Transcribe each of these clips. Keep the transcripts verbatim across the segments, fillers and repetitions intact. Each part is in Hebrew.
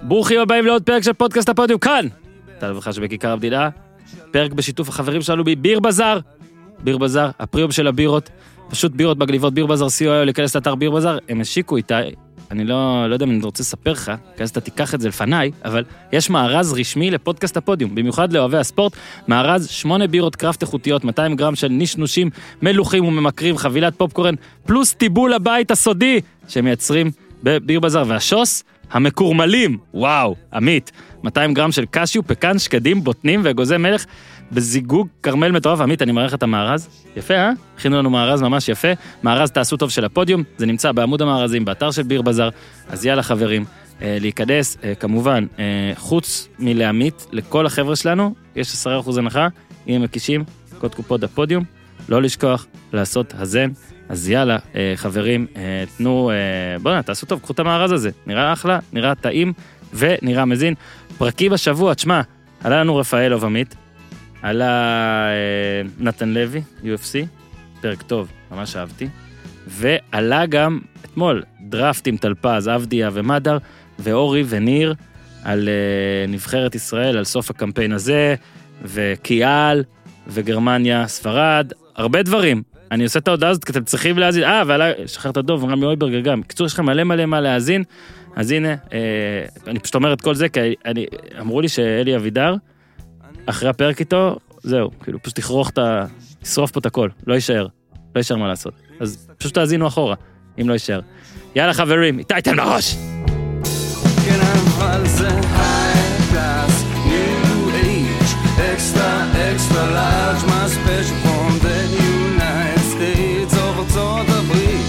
ברוכים הבאים לעוד פרק של פודקאסט הפודיום, כאן! תל וחש בכיכר המדינה, פרק בשיתוף החברים שלנו בביר בזאר. ביר בזאר, הפריום של הבירות, פשוט בירות מגניבות, ביר בזאר סי או איי, להיכנס לאתר ביר בזאר, הם השיקו איתה, אני לא, לא יודע אם אני רוצה לספר לך, כי אז אתה תיקח את זה לפניי, אבל יש מארז רשמי לפודקאסט הפודיום, במיוחד לאוהבי הספורט, מארז שמונה בירות קראפט איכותיות, מאתיים גרם של נשנושים מלוכים וממכרים, חבילת פופקורן, פלוס טיבול הבית הסודי, שמייצרים בביר בזאר, והשוס, המקורמלים, וואו, עמית, מאתיים גרם של קשיו, פקן, שקדים, בוטנים ואגוזי מלך, בזיגוג קרמל מטורף. עמית, אני מערך את המארז. יפה, אה? הכינו לנו מארז ממש יפה. מארז תעשו טוב של הפודיום, זה נמצא בעמוד המארזים, באתר של ביר בזאר. אז יאללה חברים, אה, להיכנס, אה, כמובן, אה, חוץ מלעמית, לכל החבר'ה שלנו, יש עשרה אחוז הנחה, אם הם מקישים, קוד קופוד הפודיום, לא לשכוח לעשות הזן. אז יאללה, אה, חברים, אה, תנו, אה, בואו, תעשו טוב, קחו את המארז הזה. נראה אחלה, נראה טעים ונראה מזין. פרקי בשבוע, תשמע, עלה לנו רפאל עמית, עלה אה, נתן לוי, יו אף סי, פרק טוב, ממש אהבתי, ועלה גם אתמול דראפט עם טלפז, אבדיה ומדר, ואורי וניר, על אה, נבחרת ישראל, על סוף הקמפיין הזה, וקיאל, וגרמניה, ספרד, הרבה דברים. אני עושה את ההודעה הזאת, כי אתם צריכים להזין, אה, ועלה, שחרר את הדוב, רמי אויברגר גם. בקיצור, יש לכם מלא מלא מה להזין, אז הנה, אה, אני פשוט אומר את כל זה, כי אני, אמרו לי שאלי אבידר, אחרי הפרק איתו, זהו, כאילו, פשוט תכרוך את ה... תשרוף פה את הכל, לא יישאר, לא יישאר מה לעשות. אז פשוט תאזינו אחורה, אם לא יישאר. יאללה חברים, איתי, תן בראש! כן, אבל זה high class, new age, extra, extra large, my special from the United States of ארצות הברית.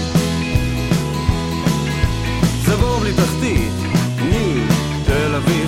זה בור בלי תחתית, new, תל אביב,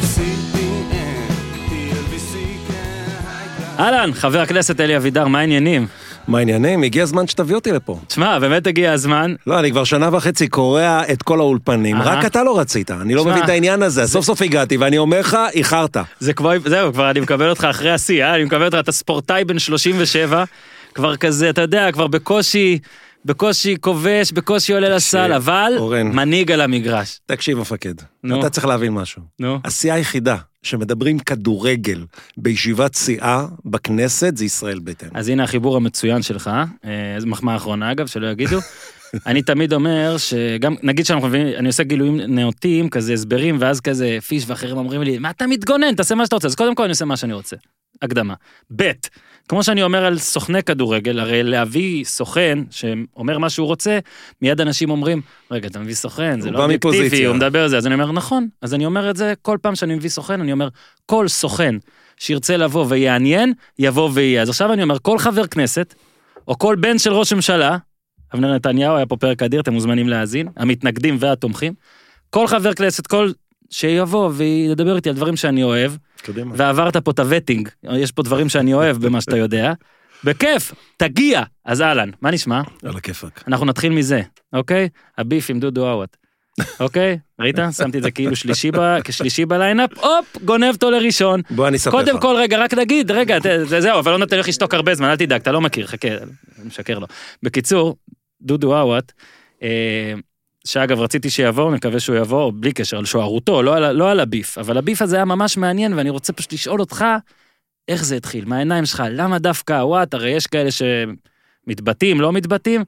אהלן, חבר הכנסת אלי אבידר, מה העניינים? מה העניינים? הגיע הזמן שתביא אותי לפה. תשמע, באמת הגיע הזמן. לא, אני כבר שנה וחצי קורא את כל האולפנים, רק אתה לא רצית, אני לא מבין את העניין הזה, סוף סוף הגעתי, ואני אומר לך, איחרת. זה כבר, זהו, כבר אני מקבל אותך אחרי השיא, אני מקבל אותך, אתה ספורטאי בן שלושים ושבע, כבר כזה, אתה יודע, כבר בקושי, בקושי כובש, בקושי עולה לסל, אבל מנהיג על המגרש. תקשיב, מפקד, אתה צריך להבין משהו. הסיעה היחידה שמדברים כדורגל בישיבת סיעה בכנסת, זה ישראל ביתנו. אז הנה החיבור המצוין שלך, זו מחמאה האחרונה אגב, שלא יגידו. אני תמיד אומר שגם, נגיד שאנחנו מבינים, אני עושה גילויים נאותים, כזה הסברים, ואז כזה פיש ואחרים אומרים לי, מה אתה מתגונן, תעשה מה שאתה רוצה. אז קודם כל אני עושה מה שאני רוצה. הקדמה. ב', כמו שאני אומר על סוכני כדורגל, הרי להביא סוכן שאומר מה שהוא רוצה, מיד אנשים אומרים, רגע, אתה מביא סוכן, זה לא אובייקטיבי, הוא מדבר על זה. אז אני אומר, נכון. אז אני אומר את זה, כל פעם שאני מביא סוכן, אני אומר, כל סוכן שירצה לבוא ויעניין, יבוא ויהיה. אז עכשיו אני אומר, כל חבר כנסת, או כל בן של ראש ממשלה, אבנר נתניהו, היה פה פרק אדיר, אתם מוזמנים להאזין, המתנגדים והתומכים, כל חבר כנסת, כל שיבוא וידבר איתי על דברים שאני אוהב, קדימה. ועברת פה את הווטינג, יש פה דברים שאני אוהב במה שאתה יודע, בכיף, תגיע, אז אהלן, מה נשמע? על הכיפק. אנחנו נתחיל מזה, אוקיי? הביף עם דודו אוואט, אוקיי? ראית? שמתי את זה כאילו שלישי ב... כשלישי בליינאפ, הופ, גונב אותו לראשון. בוא אני אספר לך. קודם כל, רגע, רק נגיד, רגע, זה זהו, אבל לא נתן לך לשתוק הרבה זמן, אל תדאג, אתה לא מכיר, חכה, אני משקר לו. בקיצור, דודו אוואט, אה, שאגב רציתי שיבוא, מקווה שהוא יבוא, בלי קשר, על שוערותו, לא על, לא על הביף, אבל הביף הזה היה ממש מעניין, ואני רוצה פשוט לשאול אותך, איך זה התחיל, מהעיניים שלך, למה דווקא הוואט, הרי יש כאלה שמתבטאים, לא מתבטאים,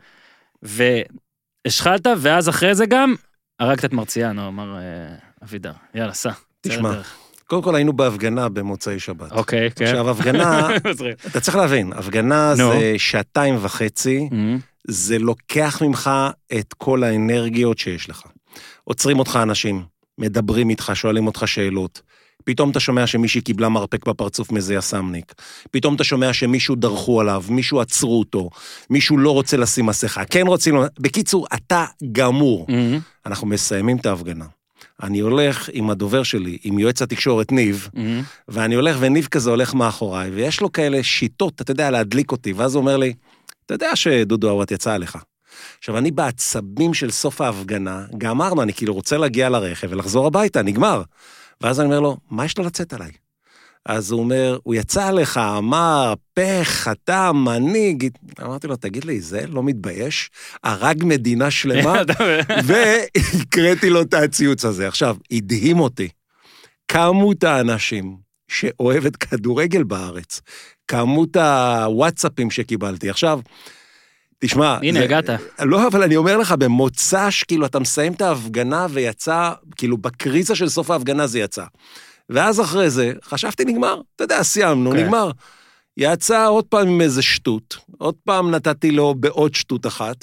והשחלת, ואז אחרי זה גם, הרגת את מרציאנו, אמר אבידר, יאללה, סע. תשמע, קודם כל היינו בהפגנה במוצאי שבת. אוקיי, כן. עכשיו, הפגנה, אתה צריך להבין, הפגנה זה שעתיים וחצי, זה לוקח ממך את כל האנרגיות שיש לך. עוצרים אותך אנשים, מדברים איתך, שואלים אותך שאלות. פתאום אתה שומע שמישהי קיבלה מרפק בפרצוף מזה יסמניק. פתאום אתה שומע שמישהו דרכו עליו, מישהו עצרו אותו, מישהו לא רוצה לשים מסכה, כן רוצים... בקיצור, אתה גמור. Mm-hmm. אנחנו מסיימים את ההפגנה. אני הולך עם הדובר שלי, עם יועץ התקשורת ניב, mm-hmm. ואני הולך וניב כזה הולך מאחוריי, ויש לו כאלה שיטות, אתה יודע, להדליק אותי, ואז הוא אומר לי, אתה יודע שדודו אוואט יצא עליך. עכשיו, אני בעצבים של סוף ההפגנה, גמרנו, אני כאילו רוצה להגיע לרכב ולחזור הביתה, נגמר. ואז אני אומר לו, מה יש לו לצאת עליי? אז הוא אומר, הוא יצא עליך, אמר, פך, אתה, מנהיג. אמרתי לו, תגיד לי, זה לא מתבייש? הרג מדינה שלמה, והקראתי לו את הציוץ הזה. עכשיו, הדהים אותי, כמות האנשים שאוהבת כדורגל בארץ, כמות הוואטסאפים שקיבלתי. עכשיו, תשמע, הנה, הגעת. לא, אבל אני אומר לך, במוצ"ש, כאילו, אתה מסיים את ההפגנה ויצא, כאילו, בקריזה של סוף ההפגנה זה יצא. ואז אחרי זה, חשבתי נגמר, אתה יודע, סיימנו, נגמר. יצא עוד פעם עם איזה שטות, עוד פעם נתתי לו בעוד שטות אחת,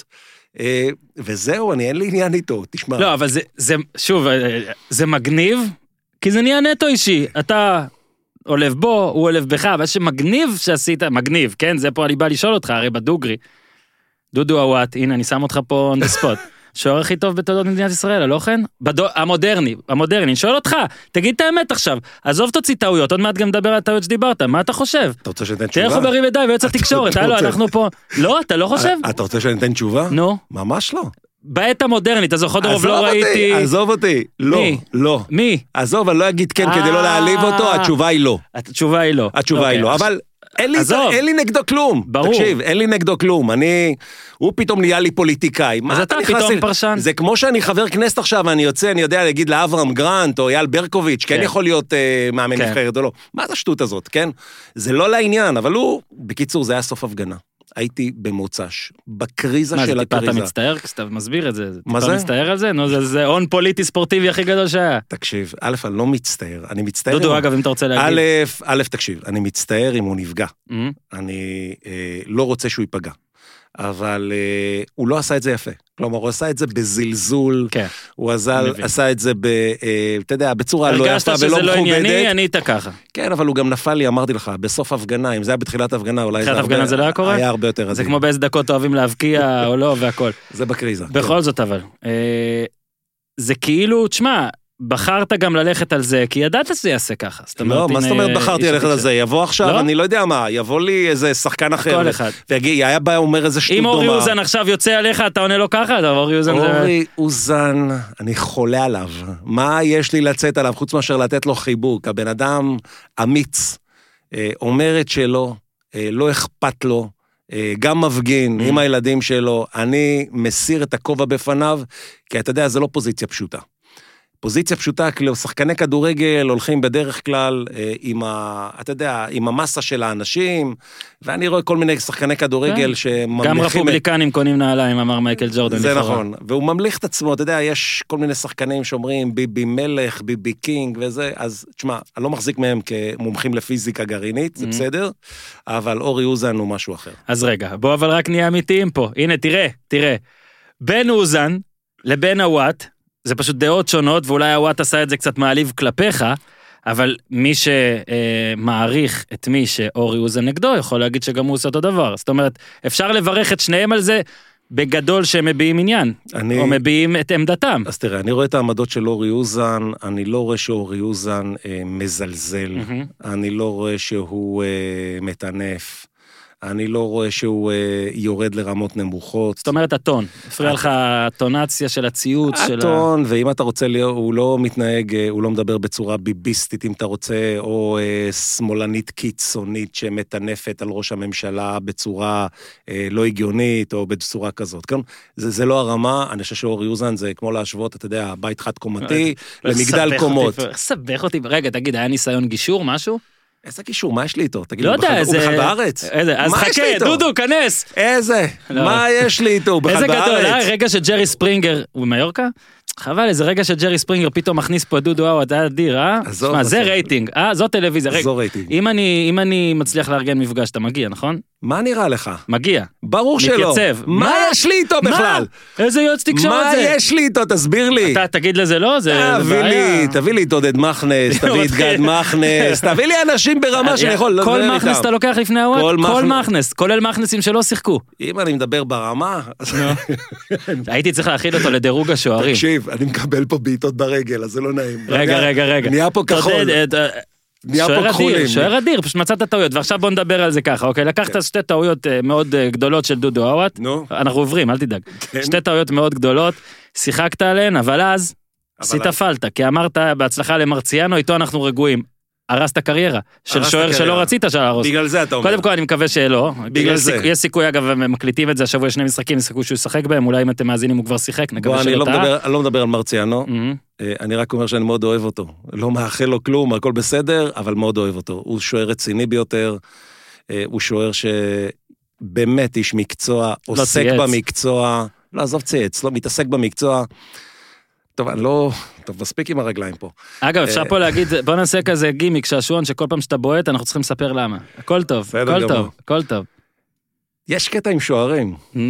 וזהו, אני אין לי עניין איתו, תשמע. לא, אבל זה, זה, שוב, זה מגניב, כי זה נהיה נטו אישי, אתה עולב בו, הוא עולב בך, אבל שמגניב שעשית, מגניב, כן? זה פה אני בא לשאול אותך, הרי בדוגרי, דודו אוואט, הנה, אני שם אותך פה on the spot, שוער הכי טוב בתולדות מדינת ישראל, לא כן? בדו, המודרני, המודרני, אני שואל אותך, תגיד את האמת עכשיו, עזוב תוציא טעויות, עוד מעט גם מדבר על טעויות שדיברת, מה אתה חושב? אתה רוצה שניתן תראה תשובה? איך הוא ברי ודי, ויוצא תקשורת, הלו, אנחנו פה, לא, אתה לא חושב? אתה רוצה שניתן תשובה? נו. ממש לא. בעת המודרנית, אז עוד רוב לא ראיתי... עזוב אותי, לא, לא. מי? עזוב, אני לא אגיד כן כדי לא להעליב אותו, התשובה היא לא. התשובה היא לא. התשובה היא לא, אבל... אין לי, אין לי נגדו כלום. ברור. תקשיב, אין לי נגדו כלום. אני, הוא פתאום נהיה לי פוליטיקאי. אז אתה פתאום לי... פרשן. זה כמו שאני חבר כנסת עכשיו, אני יוצא, אני יודע להגיד לאברהם גרנט, או אייל ברקוביץ', כן, כן יכול להיות uh, מאמן כן. נבחרת או לא. מה זה השטות הזאת, כן? זה לא לעניין, אבל הוא, בקיצור, זה היה סוף הפגנה. הייתי במוצ"ש, בקריזה של הקריזה. מה, זה טיפה אתה מצטער? כשאתה מסביר את זה, זה טיפה מצטער על זה? נו, זה, זה הון פוליטי ספורטיבי הכי גדול שהיה. תקשיב, א', אני לא מצטער, אני מצטער... דודו, אם... אגב, אם אתה רוצה להגיד... א', א', תקשיב, אני מצטער אם הוא נפגע. Mm-hmm. אני אה, לא רוצה שהוא ייפגע. אבל אה, הוא לא עשה את זה יפה. כלומר, הוא עשה את זה בזלזול, כן, הוא עזל, עשה את זה, ב, אה, אתה יודע, בצורה לא יפה ולא מכובדת. הרגשת שזה לא ענייני, אני איתה ככה. כן, אבל הוא גם נפל לי, אמרתי לך, בסוף הפגנה, אם זה היה בתחילת הפגנה, אולי זה, הרבה, זה לא היה קורה? היה הרבה יותר. זה כמו באיזה דקות אוהבים להבקיע או לא, והכל. זה בקריזה. בכל כן. זאת אבל. אה, זה כאילו, תשמע, בחרת גם ללכת על זה, כי ידעת שזה יעשה ככה. לא, מה זאת אומרת בחרתי ללכת על זה? יבוא עכשיו, אני לא יודע מה, יבוא לי איזה שחקן אחר. כל אחד. והיה בא אומר איזה שטות דומה. אם אורי אוזן עכשיו יוצא עליך, אתה עונה לו ככה? אורי אוזן זה... אורי אוזן, אני חולה עליו. מה יש לי לצאת עליו, חוץ מאשר לתת לו חיבוק? הבן אדם אמיץ, אומר את שלו, לא אכפת לו, גם מפגין עם הילדים שלו, אני מסיר את הכובע בפניו, כי אתה יודע, זה לא פוזיציה פשוטה. פוזיציה פשוטה, כאילו, שחקני כדורגל הולכים בדרך כלל עם ה, אתה יודע, עם המסה של האנשים, ואני רואה כל מיני שחקני כדורגל שממליכים... גם רפובליקנים קונים נעליים, אמר מייקל ג'ורדן. זה נכון, והוא ממליך את עצמו, אתה יודע, יש כל מיני שחקנים שאומרים ביבי מלך, ביבי קינג וזה, אז תשמע, אני לא מחזיק מהם כמומחים לפיזיקה גרעינית, זה בסדר, אבל אורי אוזן הוא משהו אחר. אז רגע, בוא אבל רק נהיה אמיתיים פה, הנה, תראה, תראה, בין אוזן לבין הוואט, זה פשוט דעות שונות, ואולי הוואט עשה את זה קצת מעליב כלפיך, אבל מי שמעריך את מי שאורי אוזן נגדו, יכול להגיד שגם הוא עושה אותו דבר. זאת אומרת, אפשר לברך את שניהם על זה, בגדול שהם מביעים עניין, אני... או מביעים את עמדתם. אז תראה, אני רואה את העמדות של אורי אוזן, אני לא רואה שאורי אוזן אה, מזלזל, mm-hmm. אני לא רואה שהוא אה, מטנף, אני לא רואה שהוא אה, יורד לרמות נמוכות. זאת אומרת, הטון. הפריע לך הטונציה של הציוץ. הטון, של... ואם אתה רוצה, הוא לא מתנהג, הוא לא מדבר בצורה ביביסטית, אם אתה רוצה, או אה, שמאלנית קיצונית שמטנפת על ראש הממשלה בצורה אה, לא הגיונית, או בצורה כזאת. כן? זה, זה לא הרמה, אני חושב שאורי אוזן זה כמו להשוות, אתה יודע, בית חד קומתי, למגדל קומות. סבך אותי, רגע, תגיד, היה ניסיון גישור, משהו? איזה קישור, מה יש לי איתו? תגיד, לא יודע, הוא בכלל בארץ? אז חכה, דודו, כנס. איזה? מה יש לי איתו? הוא בכלל בארץ? איזה גדול, רגע שג'רי ספרינגר, הוא במיורקה? חבל, איזה רגע שג'רי ספרינגר פתאום מכניס פה דודו אוואט, זה אדיר, אה? מה, זה רייטינג, אה? זו טלוויזיה, רגע. זו רייטינג. אם אני מצליח לארגן מפגש, אתה מגיע, נכון? מה נראה לך? מגיע. ברור שלא. מתייצב. מה יש לי איתו בכלל? איזה יועץ תקשורת זה? מה יש לי איתו? תסביר לי. אתה תגיד לזה לא? תביא לי, תביא לי את עודד מכנס, תביא את גד מכנס, תביא לי אנשים ברמה שיכול. כל מכנס אתה לוקח לפני הוואט? כל מכנס, כולל מכנסים שלא שיחקו. אם אני מדבר ברמה... הייתי צריך להכיל אותו לדירוג השוערים. תקשיב, אני מקבל פה בעיטות ברגל, אז זה לא נעים. רגע, רגע, רגע. נהיה פה כחול. שוער אדיר, שוער אדיר, פשוט מצאת טעויות, ועכשיו בוא נדבר על זה ככה, אוקיי? לקחת שתי טעויות מאוד גדולות של דודו אוואט, אנחנו עוברים, אל תדאג. שתי טעויות מאוד גדולות, שיחקת עליהן, אבל אז עשית פלטה, כי אמרת בהצלחה למרציאנו, איתו אנחנו רגועים. הרס את הקריירה, של שוער שלא רצית להרוס. בגלל זה אתה אומר. קודם כל אני מקווה שלא. בגלל זה. יש סיכוי, אגב, מקליטים את זה, השבוע שני משחקים, יש סיכוי שהוא ישחק בהם, אולי אם אתם מאזינים הוא כבר שיחק, נקווה שלא טעה. אני לא מדבר על מרציאנו, אני רק אומר שאני מאוד אוהב אותו. לא מאחל לו כלום, הכל בסדר, אבל מאוד אוהב אותו. הוא שוער רציני ביותר, הוא שוער שבאמת איש מקצוע, עוסק במקצוע, לא עזוב צייץ, לא מתעסק במקצוע. טוב, אני לא... טוב, מספיק עם הרגליים פה. אגב, אפשר פה להגיד, בוא נעשה כזה גימיק, שעשועון, שכל פעם שאתה בועט, אנחנו צריכים לספר למה. הכל טוב, הכל טוב, הכל טוב. יש קטע עם שוערים.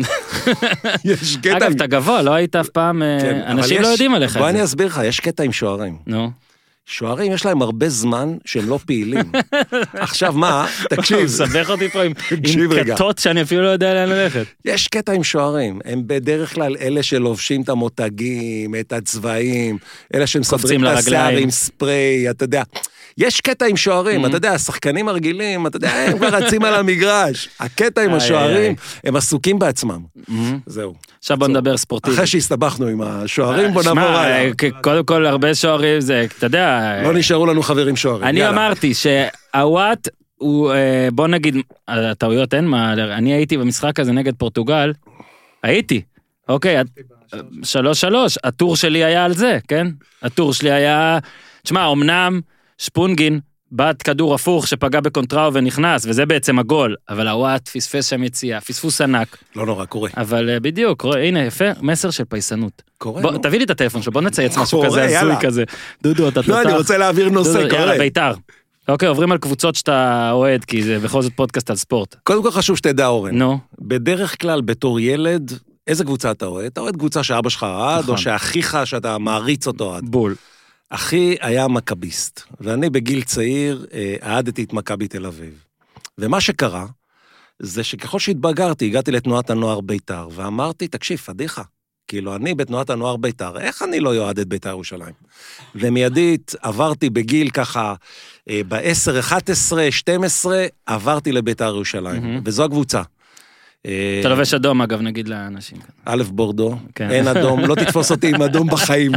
יש קטע... אגב, אתה גבוה, לא היית אף פעם... אנשים לא יודעים עליך את זה. בוא אני אסביר לך, יש קטע עם שוערים. נו. שוערים יש להם הרבה זמן שהם לא פעילים. עכשיו מה, תקשיב. הוא סבך אותי פה עם קטות שאני אפילו לא יודע לאן ללכת. יש קטע עם שוערים, הם בדרך כלל אלה שלובשים את המותגים, את הצבעים, אלה שמסדרים את השיער עם ספרי, אתה יודע. יש קטע עם שוערים, אתה יודע, השחקנים הרגילים, אתה יודע, הם כבר רצים על המגרש. הקטע עם השוערים, הם עסוקים בעצמם. זהו. עכשיו בוא נדבר ספורטיבי. אחרי שהסתבכנו עם השוערים, בוא נעבור הלאה. קודם כל, הרבה שוערים זה, אתה יודע... לא נשארו לנו חברים שוערים. אני אמרתי שהוואט הוא, בוא נגיד, הטעויות אין מה, אני הייתי במשחק הזה נגד פורטוגל, הייתי, אוקיי, שלוש שלוש, הטור שלי היה על זה, כן? הטור שלי היה, תשמע, אמנם שפונגין, בת כדור הפוך שפגע בקונטראו ונכנס, וזה בעצם הגול, אבל הוואט פספס שם יציאה, פספוס ענק. לא נורא, קורה. אבל בדיוק, קורה, הנה, יפה, מסר של פייסנות. קורה, בוא, תביא לי את הטלפון שלו, בוא נצייץ משהו כזה, הזוי כזה. דודו, אתה תותח. לא, אני רוצה להעביר נושא, קורה. יאללה, ביתר. אוקיי, עוברים על קבוצות שאתה אוהד, כי זה בכל זאת פודקאסט על ספורט. קודם כל חשוב שתדע, אורן. נו. בדרך כלל, בתור ילד, איזה קבוצה אתה אוהד? אתה אוהד קבוצה שאבא שלך אוהד, או שאחיך שאתה מעריץ אותו אוהד. בול. אחי היה מכביסט, ואני בגיל צעיר אהדתי את מכבי תל אביב. ומה שקרה, זה שככל שהתבגרתי, הגעתי לתנועת הנוער ביתר, ואמרתי, תקשיב, פדיחה, כאילו אני בתנועת הנוער ביתר, איך אני לא יועד את ביתר ירושלים? ומיידית עברתי בגיל ככה, ב-עשר, אחת עשרה, שתים עשרה, עברתי לביתר ירושלים, וזו הקבוצה. אתה לובש אדום, אגב, נגיד לאנשים. א' בורדו, אין אדום, לא תתפוס אותי עם אדום בחיים.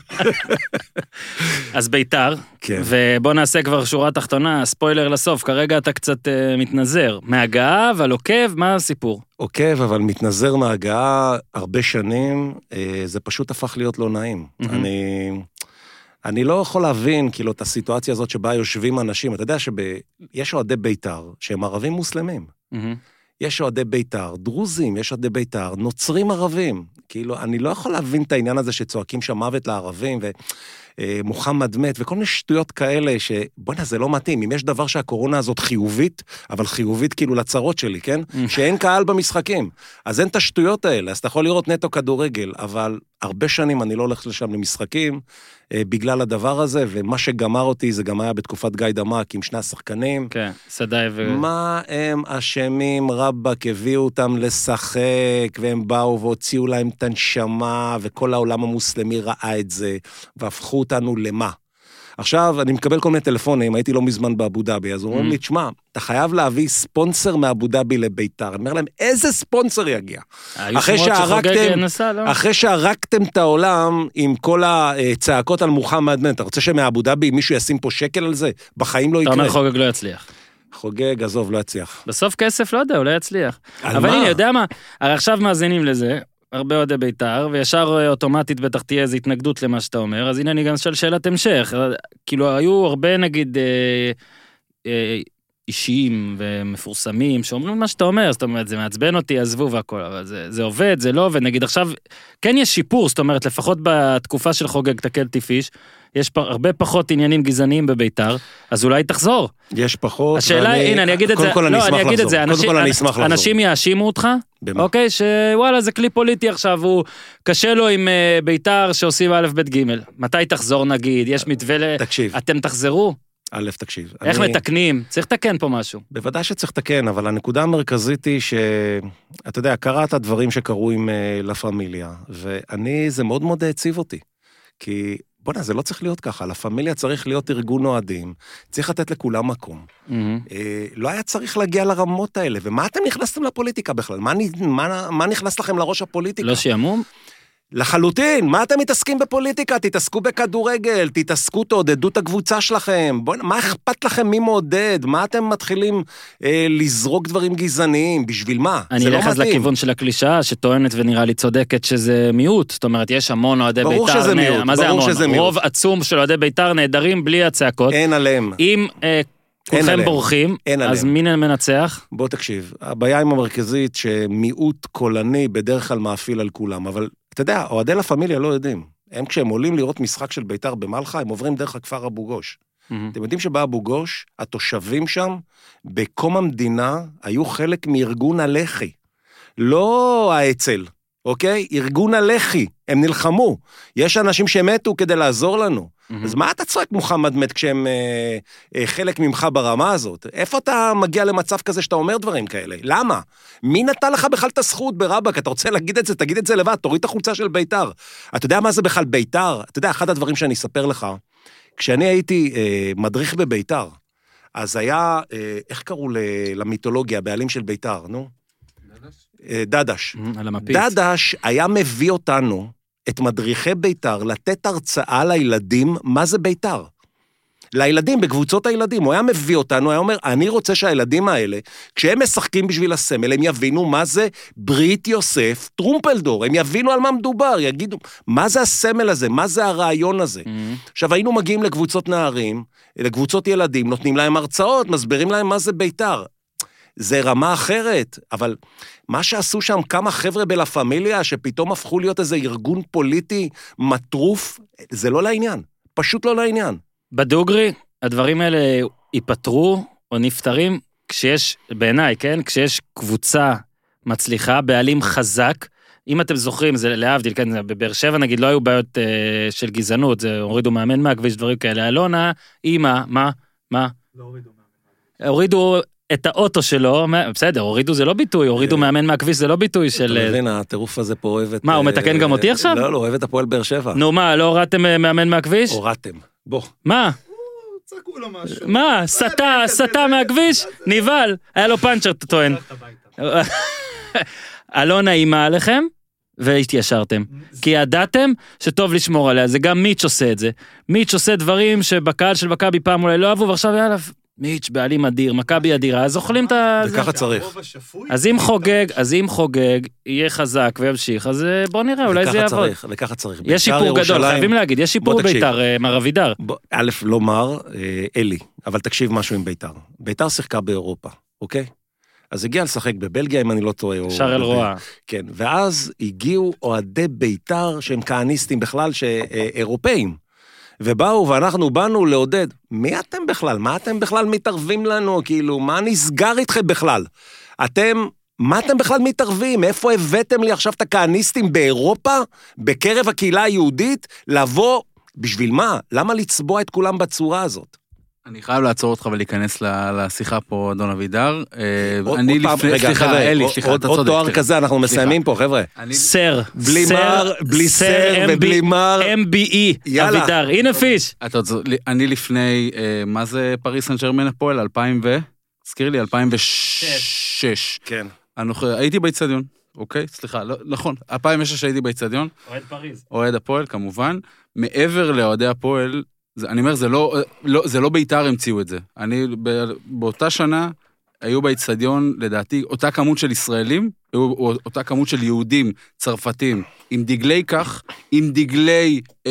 אז ביתר, ובוא נעשה כבר שורה תחתונה, ספוילר לסוף, כרגע אתה קצת מתנזר. מהגעה, אבל עוקב, מה הסיפור? עוקב, אבל מתנזר מהגעה הרבה שנים, זה פשוט הפך להיות לא נעים. אני... אני לא יכול להבין, כאילו, את הסיטואציה הזאת שבה יושבים אנשים, אתה יודע שיש אוהדי ביתר, שהם ערבים מוסלמים. יש אוהדי ביתר, דרוזים, יש אוהדי ביתר, נוצרים ערבים. כאילו, אני לא יכול להבין את העניין הזה שצועקים שם מוות לערבים, ומוחמד מת, וכל מיני שטויות כאלה, שבוא'נה, זה לא מתאים. אם יש דבר שהקורונה הזאת חיובית, אבל חיובית כאילו לצרות שלי, כן? שאין קהל במשחקים. אז אין את השטויות האלה, אז אתה יכול לראות נטו כדורגל, אבל הרבה שנים אני לא הולך לשם למשחקים, בגלל הדבר הזה, ומה שגמר אותי, זה גם היה בתקופת גיא דמק, עם שני השחקנים. כן, סדאי ו... מה הם אשמים, רבק, הביאו אותם לשחק, והם באו והוציאו להם את הנשמה, וכל העולם המוסלמי ראה את זה, והפכו אותנו למה? עכשיו, אני מקבל כל מיני טלפונים, הייתי לא מזמן באבו דאבי, אז אומרים לי, תשמע, אתה חייב להביא ספונסר מאבו דאבי לביתר. אני אומר להם, איזה ספונסר יגיע? אחרי שהרקתם, אחרי שהרקתם את העולם עם כל הצעקות על מוחמד מן, אתה רוצה שמאבו דאבי מישהו ישים פה שקל על זה? בחיים לא יקרה. אתה אומר חוגג לא יצליח. חוגג, עזוב, לא יצליח. בסוף כסף לא יודע, הוא לא יצליח. אבל הנה, יודע מה, הרי עכשיו מאזינים לזה, הרבה אוהדי ביתר, וישר אוטומטית בטח תהיה איזו התנגדות למה שאתה אומר, אז הנה אני גם שואל שאלת המשך, כאילו היו הרבה נגיד אה, אה, אישיים ומפורסמים שאומרים מה שאתה אומר, זאת אומרת זה מעצבן אותי, עזבו והכל, אבל זה, זה עובד, זה לא, ונגיד עכשיו כן יש שיפור, זאת אומרת לפחות בתקופה של חוגג תקלתי פיש, יש פ... הרבה פחות עניינים גזעניים בביתר, אז אולי תחזור. יש פחות. השאלה, ואני... הנה, אני אגיד את זה, כל לא, אני אגיד את זה, אנשים, אנשים, אנשים יאשימו אותך, במה? אוקיי, שוואלה, זה כלי פוליטי עכשיו, הוא קשה לו עם uh, ביתר שעושים א' ב' ג'. מתי תחזור נגיד? יש מתווה ל... תקשיב. אתם תחזרו? א', תקשיב. איך אני... מתקנים? צריך לתקן פה משהו. בוודאי שצריך לתקן, אבל הנקודה המרכזית היא ש... אתה יודע, קראת הדברים שקרו עם לה פמיליה, ואני, זה מאוד מאוד הציב אותי. כי... בוא'נה, זה לא צריך להיות ככה, לפמיליה צריך להיות ארגון אוהדים, צריך לתת לכולם מקום. Mm-hmm. אה, לא היה צריך להגיע לרמות האלה, ומה אתם נכנסתם לפוליטיקה בכלל? מה, מה, מה נכנס לכם לראש הפוליטיקה? לא שימום? לחלוטין, מה אתם מתעסקים בפוליטיקה? תתעסקו בכדורגל, תתעסקו, תעודדו את הקבוצה שלכם, בוא, מה אכפת לכם מי מעודד? מה אתם מתחילים אה, לזרוק דברים גזעניים? בשביל מה? אני אלך אז לכיוון של הקלישה, שטוענת ונראה לי צודקת שזה מיעוט, זאת אומרת, יש המון אוהדי בית"ר, ברור שזה מיעוט, מה זה המון? שזה מיעוט. רוב עצום של אוהדי בית"ר נהדרים בלי הצעקות. אין עליהם. אם אה, כולכם בורחים, אז מי מנצח? בוא תקשיב, הבעיה עם המרכזית שמיעוט קולני בדרך כלל מאפיל על כולם, אבל אתה יודע, אוהדי לה פמיליה לא יודעים. הם כשהם עולים לראות משחק של בית"ר במלחה, הם עוברים דרך הכפר אבו גוש. Mm-hmm. אתם יודעים שבאבו גוש, התושבים שם, בקום המדינה, היו חלק מארגון הלח"י. לא האצ"ל, אוקיי? ארגון הלח"י. הם נלחמו. יש אנשים שמתו כדי לעזור לנו. Mm-hmm. אז מה אתה צועק מוחמד מת כשהם אה, אה, חלק ממך ברמה הזאת? איפה אתה מגיע למצב כזה שאתה אומר דברים כאלה? למה? מי נתן לך בכלל את הזכות ברבק? אתה רוצה להגיד את זה? תגיד את זה לבד, תוריד את החולצה של בית"ר. אתה יודע מה זה בכלל בית"ר? אתה יודע, אחד הדברים שאני אספר לך, כשאני הייתי אה, מדריך בבית"ר, אז היה, אה, איך קראו למיתולוגיה, בעלים של בית"ר, נו? דדש. אה, דדש. Mm, על המפית. דדש היה מביא אותנו, את מדריכי בית"ר, לתת הרצאה לילדים, מה זה בית"ר? לילדים, בקבוצות הילדים, הוא היה מביא אותנו, היה אומר, אני רוצה שהילדים האלה, כשהם משחקים בשביל הסמל, הם יבינו מה זה ברית יוסף טרומפלדור, הם יבינו על מה מדובר, יגידו, מה זה הסמל הזה, מה זה הרעיון הזה? Mm-hmm. עכשיו, היינו מגיעים לקבוצות נערים, לקבוצות ילדים, נותנים להם הרצאות, מסבירים להם מה זה בית"ר. זה רמה אחרת, אבל מה שעשו שם כמה חבר'ה בלה פמיליה, שפתאום הפכו להיות איזה ארגון פוליטי מטרוף, זה לא לעניין, פשוט לא לעניין. בדוגרי, הדברים האלה ייפטרו או נפטרים, כשיש, בעיניי, כן, כשיש קבוצה מצליחה, בעלים חזק, אם אתם זוכרים, זה להבדיל, כן, בבאר שבע נגיד, לא היו בעיות אה, של גזענות, זה הורידו מאמן מהכביש, דברים כאלה, אלונה, אימא, מה, מה? לא הורידו מאמן. הורידו את האוטו שלו, בסדר, הורידו זה לא ביטוי, הורידו מאמן מהכביש זה לא ביטוי של... אתה מבין, הטירוף הזה פה אוהב את... מה, הוא מתקן גם אותי עכשיו? לא, לא, אוהב את הפועל באר שבע. נו, מה, לא הורדתם מאמן מהכביש? הורדתם, בוא. מה? צעקו לו משהו. מה, סטה, סטה מהכביש? ניבל, היה לו פאנצ'ר, אתה טוען. אלונה אימה עליכם, והתיישרתם. כי ידעתם שטוב לשמור עליה, זה גם מיץ' עושה את זה. מיץ' עושה דברים שבקהל של מכבי פעם אולי לא אהבו, ועכשיו יאללה, מיץ' בעלים אדיר, מכבי אדירה, אז אוכלים את ה... וככה צריך. אז אם חוגג, אז אם חוגג, יהיה חזק וימשיך, אז בוא נראה, אולי זה יעבוד. וככה צריך. יש שיפור גדול, חייבים להגיד, יש שיפור בית"ר, מר אבידר. א', לומר, אלי, אבל תקשיב משהו עם בית"ר. בית"ר שיחקה באירופה, אוקיי? אז הגיע לשחק בבלגיה, אם אני לא טועה. שרל רואה. כן, ואז הגיעו אוהדי בית"ר, שהם כהניסטים בכלל, שאירופאים. ובאו, ואנחנו באנו לעודד. מי אתם בכלל? מה אתם בכלל מתערבים לנו? כאילו, מה נסגר איתכם בכלל? אתם, מה אתם בכלל מתערבים? איפה הבאתם לי עכשיו את הכהניסטים באירופה, בקרב הקהילה היהודית, לבוא, בשביל מה? למה לצבוע את כולם בצורה הזאת? אני חייב לעצור אותך ולהיכנס לשיחה פה, אדון אבידר. אני לפני, סליחה, אלי, סליחה, אתה צודק. עוד תואר כזה, אנחנו מסיימים פה, חבר'ה. סר, בלי מר, בלי סר ובלי מר. אם בי אי, אבידר, הנה פיש. אני לפני, מה זה פריס סן ז'רמן הפועל? אלפיים ו... הזכיר לי, אלפיים ושש. כן. הייתי באצטדיון, אוקיי? סליחה, נכון, אלפיים ושש הייתי באצטדיון. אוהד פריז. אוהד הפועל, כמובן. מעבר לאוהדי הפועל, זה, אני אומר, זה לא, לא, זה לא בית"ר המציאו את זה. אני, באותה שנה, היו באצטדיון, לדעתי, אותה כמות של ישראלים, אותה כמות של יהודים, צרפתים, עם דגלי כך, עם דגלי אה,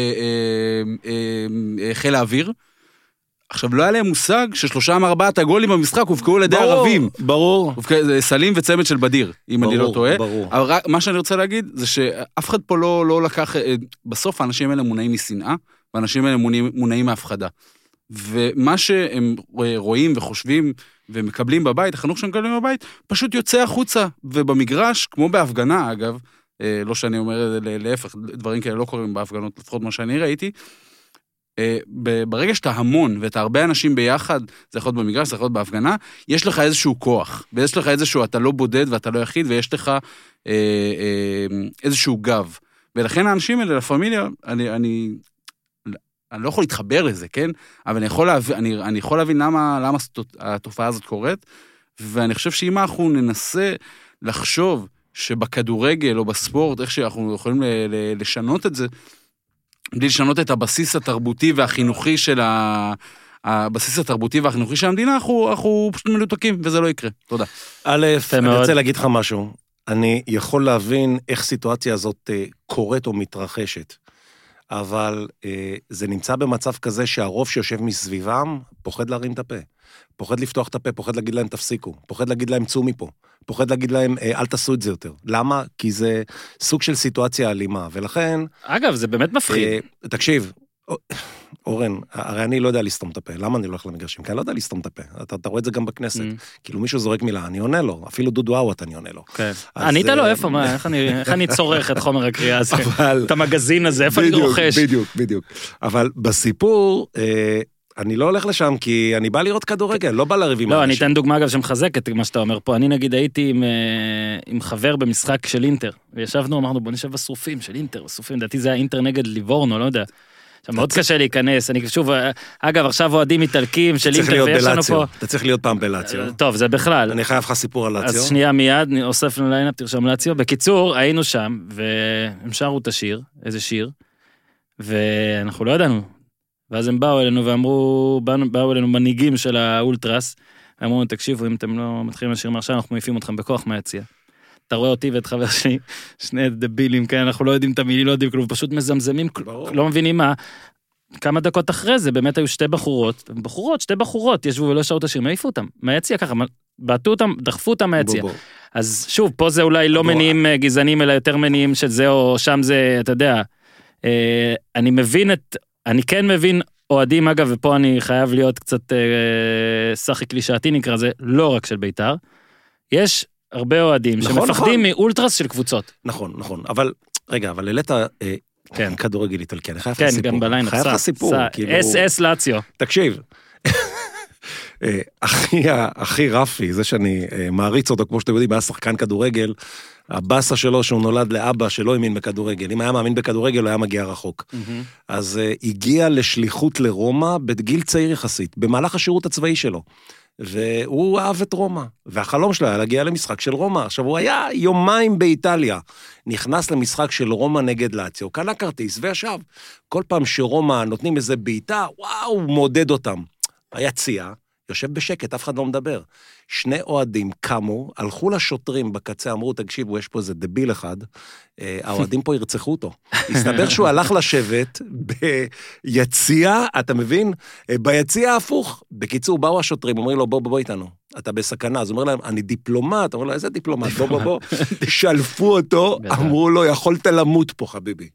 אה, אה, אה, חיל האוויר. עכשיו, לא היה להם מושג ששלושה מארבעת הגולים במשחק הופקעו לידי ערבים. ברור. סלים וצמד של בדיר, אם ברור, אני לא טועה. ברור. אבל מה שאני רוצה להגיד, זה שאף אחד פה לא, לא לקח, בסוף האנשים האלה מונעים משנאה, ואנשים האלה מונעים, מונעים מהפחדה. ומה שהם רואים וחושבים ומקבלים בבית, החינוך שהם מקבלים בבית, פשוט יוצא החוצה, ובמגרש, כמו בהפגנה, אגב, לא שאני אומר להפך, דברים כאלה לא קורים בהפגנות, לפחות מה שאני ראיתי, ברגע שאתה המון, ואתה הרבה אנשים ביחד, זה יכול להיות במגרש, זה יכול להיות בהפגנה, יש לך איזשהו כוח, ויש לך איזשהו, אתה לא בודד ואתה לא יחיד, ויש לך אה, אה, איזשהו גב. ולכן האנשים האלה, לפמיליה, אני, אני, אני לא יכול להתחבר לזה, כן? אבל אני יכול להבין, אני, אני יכול להבין למה, למה התופעה הזאת קורית, ואני חושב שאם אנחנו ננסה לחשוב שבכדורגל או בספורט, איך שאנחנו יכולים לשנות את זה, בלי לשנות את הבסיס התרבותי והחינוכי של ה... הבסיס התרבותי והחינוכי של המדינה, אנחנו, אנחנו פשוט מנותקים, וזה לא יקרה. תודה. א', אני רוצה להגיד לך משהו. אני יכול להבין איך סיטואציה הזאת קורית או מתרחשת, אבל זה נמצא במצב כזה שהרוב שיושב מסביבם פוחד להרים את הפה, פוחד לפתוח את הפה, פוחד להגיד להם תפסיקו, פוחד להגיד להם צאו מפה, פוחד להגיד להם אל תעשו את זה יותר. למה? כי זה סוג של סיטואציה אלימה, ולכן... אגב, זה באמת מפחיד. תקשיב, אורן, הרי אני לא יודע לסתום את הפה, למה אני לא הולך למגרשים? כי אני לא יודע לסתום את הפה, אתה, אתה רואה את זה גם בכנסת, כאילו מישהו זורק מילה, אני עונה לו, אפילו דודו אוואט אני עונה לו. ענית לו, איפה, מה, איך אני צורך את חומר הקריאה הזה, את המגזין הזה, איפה אני רוכש? בדיוק, בדיוק, אבל בסיפור, אני לא הולך לשם, כי אני בא לראות כדורגל, לא בא לריב עם לא, אני אתן דוגמה אגב שמחזקת מה שאתה אומר פה, אני נגיד הייתי עם חבר במשחק של אינטר, וישבנו, אמרנו בוא נשב בסרופים של אינטר, בסרופים, דעתי זה היה אינטר נגד ליבורנו, לא יודע. מאוד קשה להיכנס, אני שוב, אגב, עכשיו אוהדים איטלקים של אינטר, ויש לנו פה... אתה צריך להיות פעם בלאציו. טוב, זה בכלל. אני חייב לך סיפור על לאציו. אז שנייה מיד, אוסף לנו ליינאפ, תרשום לאציו. בקיצור, היינו שם, והם שרו את השיר, איזה שיר, ואנחנו לא ידענו. ואז הם באו אלינו ואמרו, באו אלינו מנהיגים של האולטרס, ואמרו, תקשיבו, אם אתם לא מתחילים לשיר מעכשיו, אנחנו מעיפים אתכם בכוח מהיציע. אתה רואה אותי ואת חבר שלי, שני דבילים, כן, אנחנו לא יודעים את המילים, לא יודעים, כלום, פשוט מזמזמים, לא מבינים מה. כמה דקות אחרי זה, באמת היו שתי בחורות, בחורות, שתי בחורות, ישבו ולא שרו את השיר, מעיפו אותם, מהיציע ככה, בעטו אותם, דחפו אותם מהיציע. אז שוב, פה זה אולי לא מניעים גזענים, אלא יותר מניעים של זה, או שם זה, אתה יודע, אני מבין את, אני כן מבין אוהדים, אגב, ופה אני חייב להיות קצת שחי קלישאתי נקרא זה, לא רק של בית"ר. יש הרבה אוהדים שמפחדים מאולטרס של קבוצות. נכון, נכון, אבל, רגע, אבל העלית כדורגל איטלקי, אני חייב לך כן, סיפור. גם בליינאפ, חייב לך סיפור. אס אס לאציו. תקשיב, הכי רפי, זה שאני מעריץ אותו, כמו שאתם יודעים, היה שחקן כדורגל, הבאסה שלו שהוא נולד לאבא שלא האמין בכדורגל, אם היה מאמין בכדורגל הוא היה מגיע רחוק. אז הגיע לשליחות לרומא בגיל צעיר יחסית, במהלך השירות הצבאי שלו. והוא אהב את רומא, והחלום שלו היה להגיע למשחק של רומא. עכשיו, הוא היה יומיים באיטליה, נכנס למשחק של רומא נגד לאציו, קנה כרטיס וישב. כל פעם שרומא נותנים איזה בעיטה, וואו, הוא מעודד אותם. היציאה, יושב בשקט, אף אחד לא מדבר. שני אוהדים קמו, הלכו לשוטרים בקצה, אמרו, תקשיבו, יש פה איזה דביל אחד, האוהדים פה ירצחו אותו. הסתבר שהוא הלך לשבת ביציאה, אתה מבין? ביציאה הפוך. בקיצור, באו השוטרים, אומרים לו, בוא, בוא, בוא איתנו. אתה בסכנה, אז הוא אומר להם, אני דיפלומט, אומר לו, איזה דיפלומט? בוא, בוא, בוא. שלפו אותו, אמרו לו, יכולת למות פה, חביבי.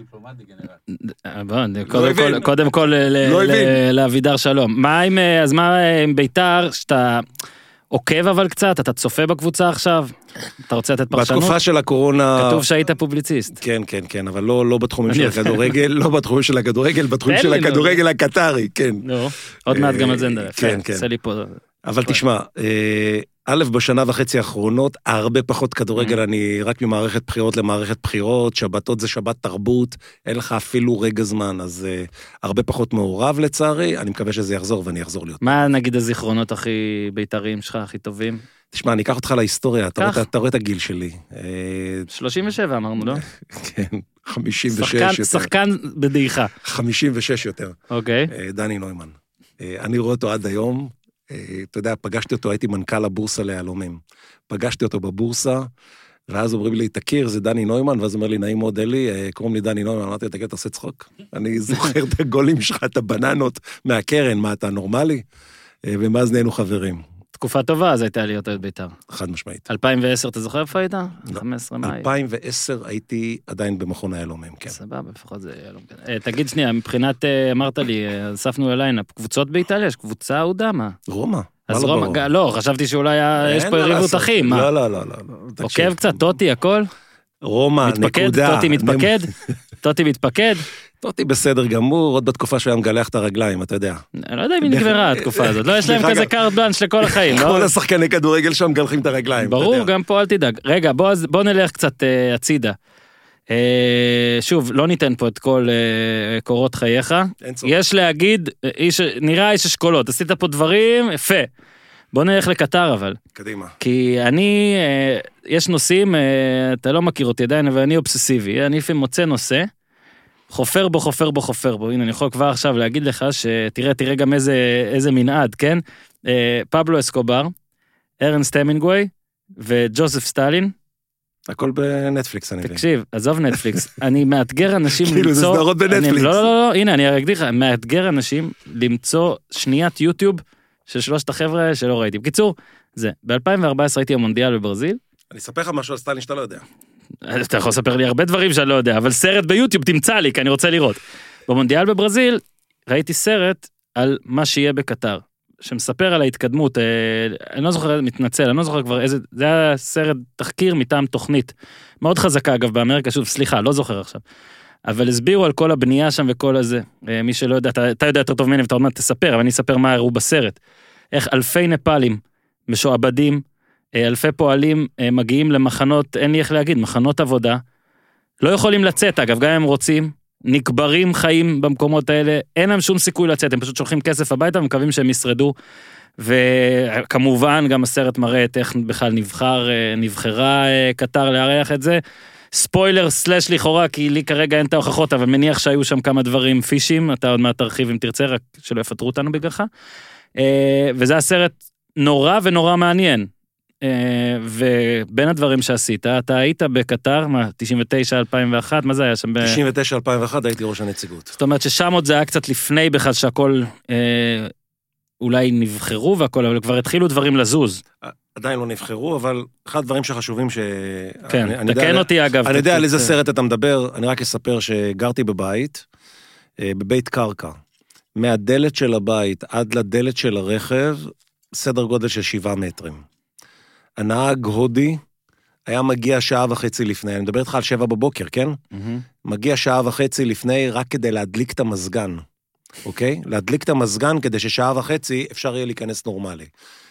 קודם כל לאבידר שלום. אז מה עם בית"ר שאתה עוקב אבל קצת, אתה צופה בקבוצה עכשיו, אתה רוצה לתת פרשנות? בתקופה של הקורונה... כתוב שהיית פובליציסט. כן, כן, כן, אבל לא בתחומים של הכדורגל, לא בתחומים של הכדורגל, בתחומים של הכדורגל הקטרי, כן. עוד מעט גם על זה נדבר. כן, כן. אבל תשמע, א', בשנה וחצי האחרונות, הרבה פחות כדורגל, אני רק ממערכת בחירות למערכת בחירות, שבתות זה שבת תרבות, אין לך אפילו רגע זמן, אז הרבה פחות מעורב לצערי, אני מקווה שזה יחזור ואני אחזור להיות. מה נגיד הזיכרונות הכי בית"ריים שלך, הכי טובים? תשמע, אני אקח אותך להיסטוריה, אתה רואה את הגיל שלי. שלושים ושבע אמרנו, לא? כן, חמישים ושש יותר. שחקן בדעיכה. חמישים ושש יותר. אוקיי. דני נוימן. אני רואה אותו עד היום, אתה יודע, פגשתי אותו, הייתי מנכ"ל הבורסה ליהלומים. פגשתי אותו בבורסה, ואז אומרים לי, תכיר, זה דני נוימן, ואז אומר לי, נעים מאוד אלי, קוראים לי דני נוימן, אמרתי, תגיד, תעשה צחוק. אני זוכר את הגולים שלך, את הבננות מהקרן, מה אתה נורמלי? ומאז נהיינו חברים. תקופה טובה, אז הייתה להיות את בית"ר. חד משמעית. אלפיים ועשר, אתה זוכר איפה היית? חמש עשרה מאי. אלפיים ועשר הייתי עדיין במכון היהלומים, כן. סבבה, לפחות זה יהלום. תגיד שנייה, מבחינת, אמרת לי, אספנו לליינאפ, קבוצות באיטליה, יש קבוצה אהודה, מה? רומא. אז רומא, לא, חשבתי שאולי יש פה יריבות אחים, מה? לא, לא, לא, לא. עוקב קצת, טוטי, הכל? רומא, נקודה. טוטי מתפקד? טוטי מתפקד? טוטי בסדר גמור, עוד בתקופה שהוא היה מגלח את הרגליים, אתה יודע. אני לא יודע אם היא נגמרה התקופה הזאת, לא יש להם כזה קארט בלאנש לכל החיים. כל השחקני כדורגל שם מגלחים את הרגליים. ברור, גם פה אל תדאג. רגע, בוא נלך קצת הצידה. שוב, לא ניתן פה את כל קורות חייך. יש להגיד, נראה איש אשכולות, עשית פה דברים, יפה. בוא נלך לקטר אבל. קדימה. כי אני, יש נושאים, אתה לא מכיר אותי עדיין, אבל אני אובססיבי. אני לפעמים מוצא נושא, חופר בו, חופר בו, חופר בו. הנה, אני יכול כבר עכשיו להגיד לך שתראה, תראה גם איזה, איזה מנעד, כן? פבלו אסקובר, ארנסט המינגווי וג'וזף סטלין. הכל בנטפליקס, אני מבין. תקשיב, עזוב נטפליקס. אני מאתגר אנשים למצוא... כאילו, זה סדרות בנטפליקס. לא, לא, לא, הנה, אני אגיד לך, מאתגר אנשים למצוא שניית יוטיוב של שלושת החבר'ה שלא ראיתי. בקיצור, זה, ב-אלפיים וארבע עשרה הייתי המונדיאל בברזיל. אני אספר לך משהו על סטלין שאתה לא יודע. אתה יכול לספר לי הרבה דברים שאני לא יודע, אבל סרט ביוטיוב תמצא לי, כי אני רוצה לראות. במונדיאל בברזיל ראיתי סרט על מה שיהיה בקטר, שמספר על ההתקדמות, אני לא זוכר, מתנצל, אני לא זוכר כבר איזה, זה היה סרט תחקיר מטעם תוכנית, מאוד חזקה אגב באמריקה, שוב, סליחה, לא זוכר עכשיו, אבל הסבירו על כל הבנייה שם וכל הזה, מי שלא יודע, אתה, אתה יודע יותר טוב ממני ואתה עוד מעט תספר, אבל אני אספר מה הראו בסרט, איך אלפי נפאלים משועבדים, אלפי פועלים מגיעים למחנות, אין לי איך להגיד, מחנות עבודה, לא יכולים לצאת, אגב, גם הם רוצים, נקברים חיים במקומות האלה, אין להם שום סיכוי לצאת, הם פשוט שולחים כסף הביתה, ומקווים שהם ישרדו, וכמובן גם הסרט מראה את איך בכלל נבחר, נבחרה קטר לארח את זה, ספוילר סלש לכאורה, כי לי כרגע אין את ההוכחות, אבל מניח שהיו שם כמה דברים פישים, אתה עוד מעט תרחיב אם תרצה, רק שלא יפטרו אותנו בגללך, וזה הסרט נורא ונורא מעניין, ובין הדברים שעשית, אתה היית בקטר, מה, תשעים ותשע אלפיים ואחת, מה זה היה שם? תשעים ותשע אלפיים ואחת הייתי ראש הנציגות. זאת אומרת ששם עוד זה היה קצת לפני בכלל שהכל אולי נבחרו והכל, אבל כבר התחילו דברים לזוז. עדיין לא נבחרו, אבל אחד הדברים שחשובים ש... כן, תקן אותי אגב. אני יודע על איזה סרט אתה מדבר, אני רק אספר שגרתי בבית, בבית קרקע, מהדלת של הבית עד לדלת של הרכב, סדר גודל של שבעה מטרים. הנהג הודי היה מגיע שעה וחצי לפני, אני מדבר איתך על שבע בבוקר, כן? Mm-hmm. מגיע שעה וחצי לפני רק כדי להדליק את המזגן, אוקיי? להדליק את המזגן כדי ששעה וחצי אפשר יהיה להיכנס נורמלי.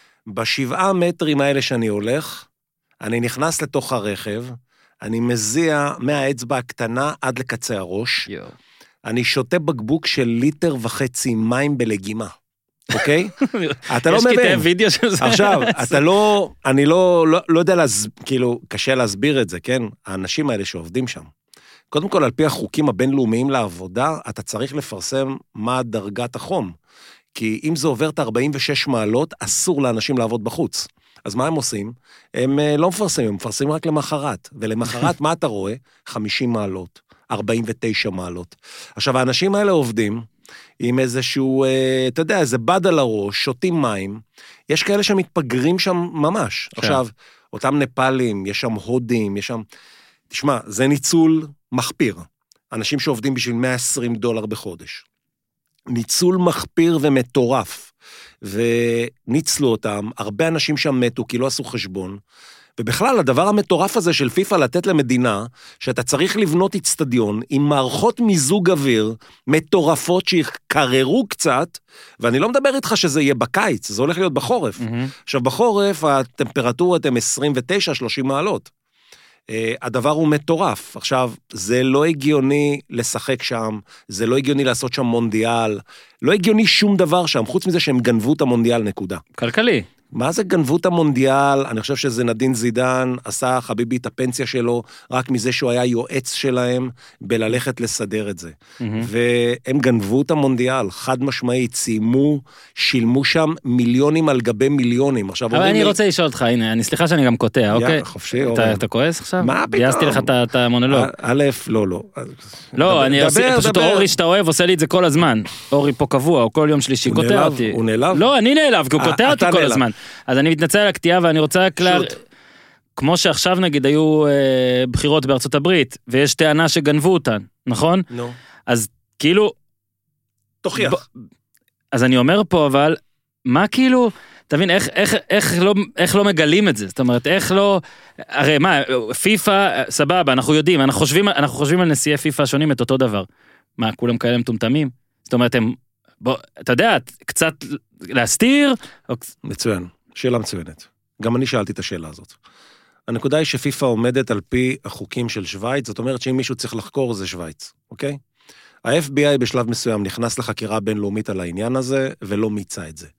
בשבעה מטרים האלה שאני הולך, אני נכנס לתוך הרכב, אני מזיע מהאצבע הקטנה עד לקצה הראש, Yo. אני שותה בקבוק של ליטר וחצי מים בלגימה. אוקיי? אתה לא מבין. יש קטעי וידאו של זה. עכשיו, אתה לא, אני לא, לא, לא יודע, כאילו, קשה להסביר את זה, כן? האנשים האלה שעובדים שם. קודם כל, על פי החוקים הבינלאומיים לעבודה, אתה צריך לפרסם מה דרגת החום. כי אם זה עובר את ארבעים ושש מעלות, אסור לאנשים לעבוד בחוץ. אז מה הם עושים? הם לא מפרסמים, הם מפרסמים רק למחרת. ולמחרת, מה אתה רואה? חמישים מעלות, ארבעים ותשע מעלות. עכשיו, האנשים האלה עובדים, עם איזשהו, אתה יודע, איזה בד על הראש, שותים מים, יש כאלה שמתפגרים שם ממש. כן. עכשיו, אותם נפאלים, יש שם הודים, יש שם, תשמע, זה ניצול מחפיר. אנשים שעובדים בשביל מאה ועשרים דולר בחודש. ניצול מחפיר ומטורף, וניצלו אותם, הרבה אנשים שם מתו, כי לא עשו חשבון, ובכלל, הדבר המטורף הזה של פיפה לתת למדינה, שאתה צריך לבנות אצטדיון עם מערכות מיזוג אוויר מטורפות שיקררו קצת, ואני לא מדבר איתך שזה יהיה בקיץ, זה הולך להיות בחורף. Mm-hmm. עכשיו, בחורף הטמפרטורות הן עשרים ותשע שלושים מעלות. הדבר הוא מטורף. עכשיו, זה לא הגיוני לשחק שם, זה לא הגיוני לעשות שם מונדיאל, לא הגיוני שום דבר שם, חוץ מזה שהם גנבו את המונדיאל, נקודה. כלכלי. מה זה גנבו את המונדיאל? אני חושב שזה נדין זידן, עשה חביבי את הפנסיה שלו, רק מזה שהוא היה יועץ שלהם, בללכת לסדר את זה. Mm-hmm. והם גנבו את המונדיאל, חד משמעית, סיימו, שילמו שם מיליונים על גבי מיליונים. עכשיו, אבל אני לי... רוצה לשאול אותך, הנה, אני סליחה שאני גם קוטע, אוקיי? יא, חופשי, אתה, אורן. אתה כועס עכשיו? מה פתאום? גייסתי לך את המונולוג. א', לא, לא. לא, דבר, אני דבר, עושה, דבר. פשוט אורי שאתה אוהב עושה לי את זה כל הזמן. אורי פה קבוע, הוא כל יום שלישי קוטע נעלב, אותי. הוא נעלב? לא, אני נעלב, כי הוא קוטע אותי כל נעלב. הזמן. אז אני מתנצל על הקטיעה, ואני רוצה רק לה... כמו שעכשיו נגיד היו אה, בחירות בארצות הברית, ויש טענה שגנבו אותן, נכון? נו. No. אז כאילו... תוכיח. ב... אז אני אומר פה, אבל, מה כאילו... תבין, איך, איך, איך, לא, איך לא מגלים את זה? זאת אומרת, איך לא... הרי מה, פיפה, סבבה, אנחנו יודעים, אנחנו חושבים, אנחנו חושבים על נשיאי פיפה השונים את אותו דבר. מה, כולם כאלה מטומטמים? זאת אומרת, הם... בוא, אתה יודע, קצת להסתיר... מצוין, שאלה מצוינת. גם אני שאלתי את השאלה הזאת. הנקודה היא שפיפה עומדת על פי החוקים של שוויץ, זאת אומרת שאם מישהו צריך לחקור זה שוויץ, אוקיי? ה-אף בי איי בשלב מסוים נכנס לחקירה בינלאומית על העניין הזה, ולא מיצה את זה.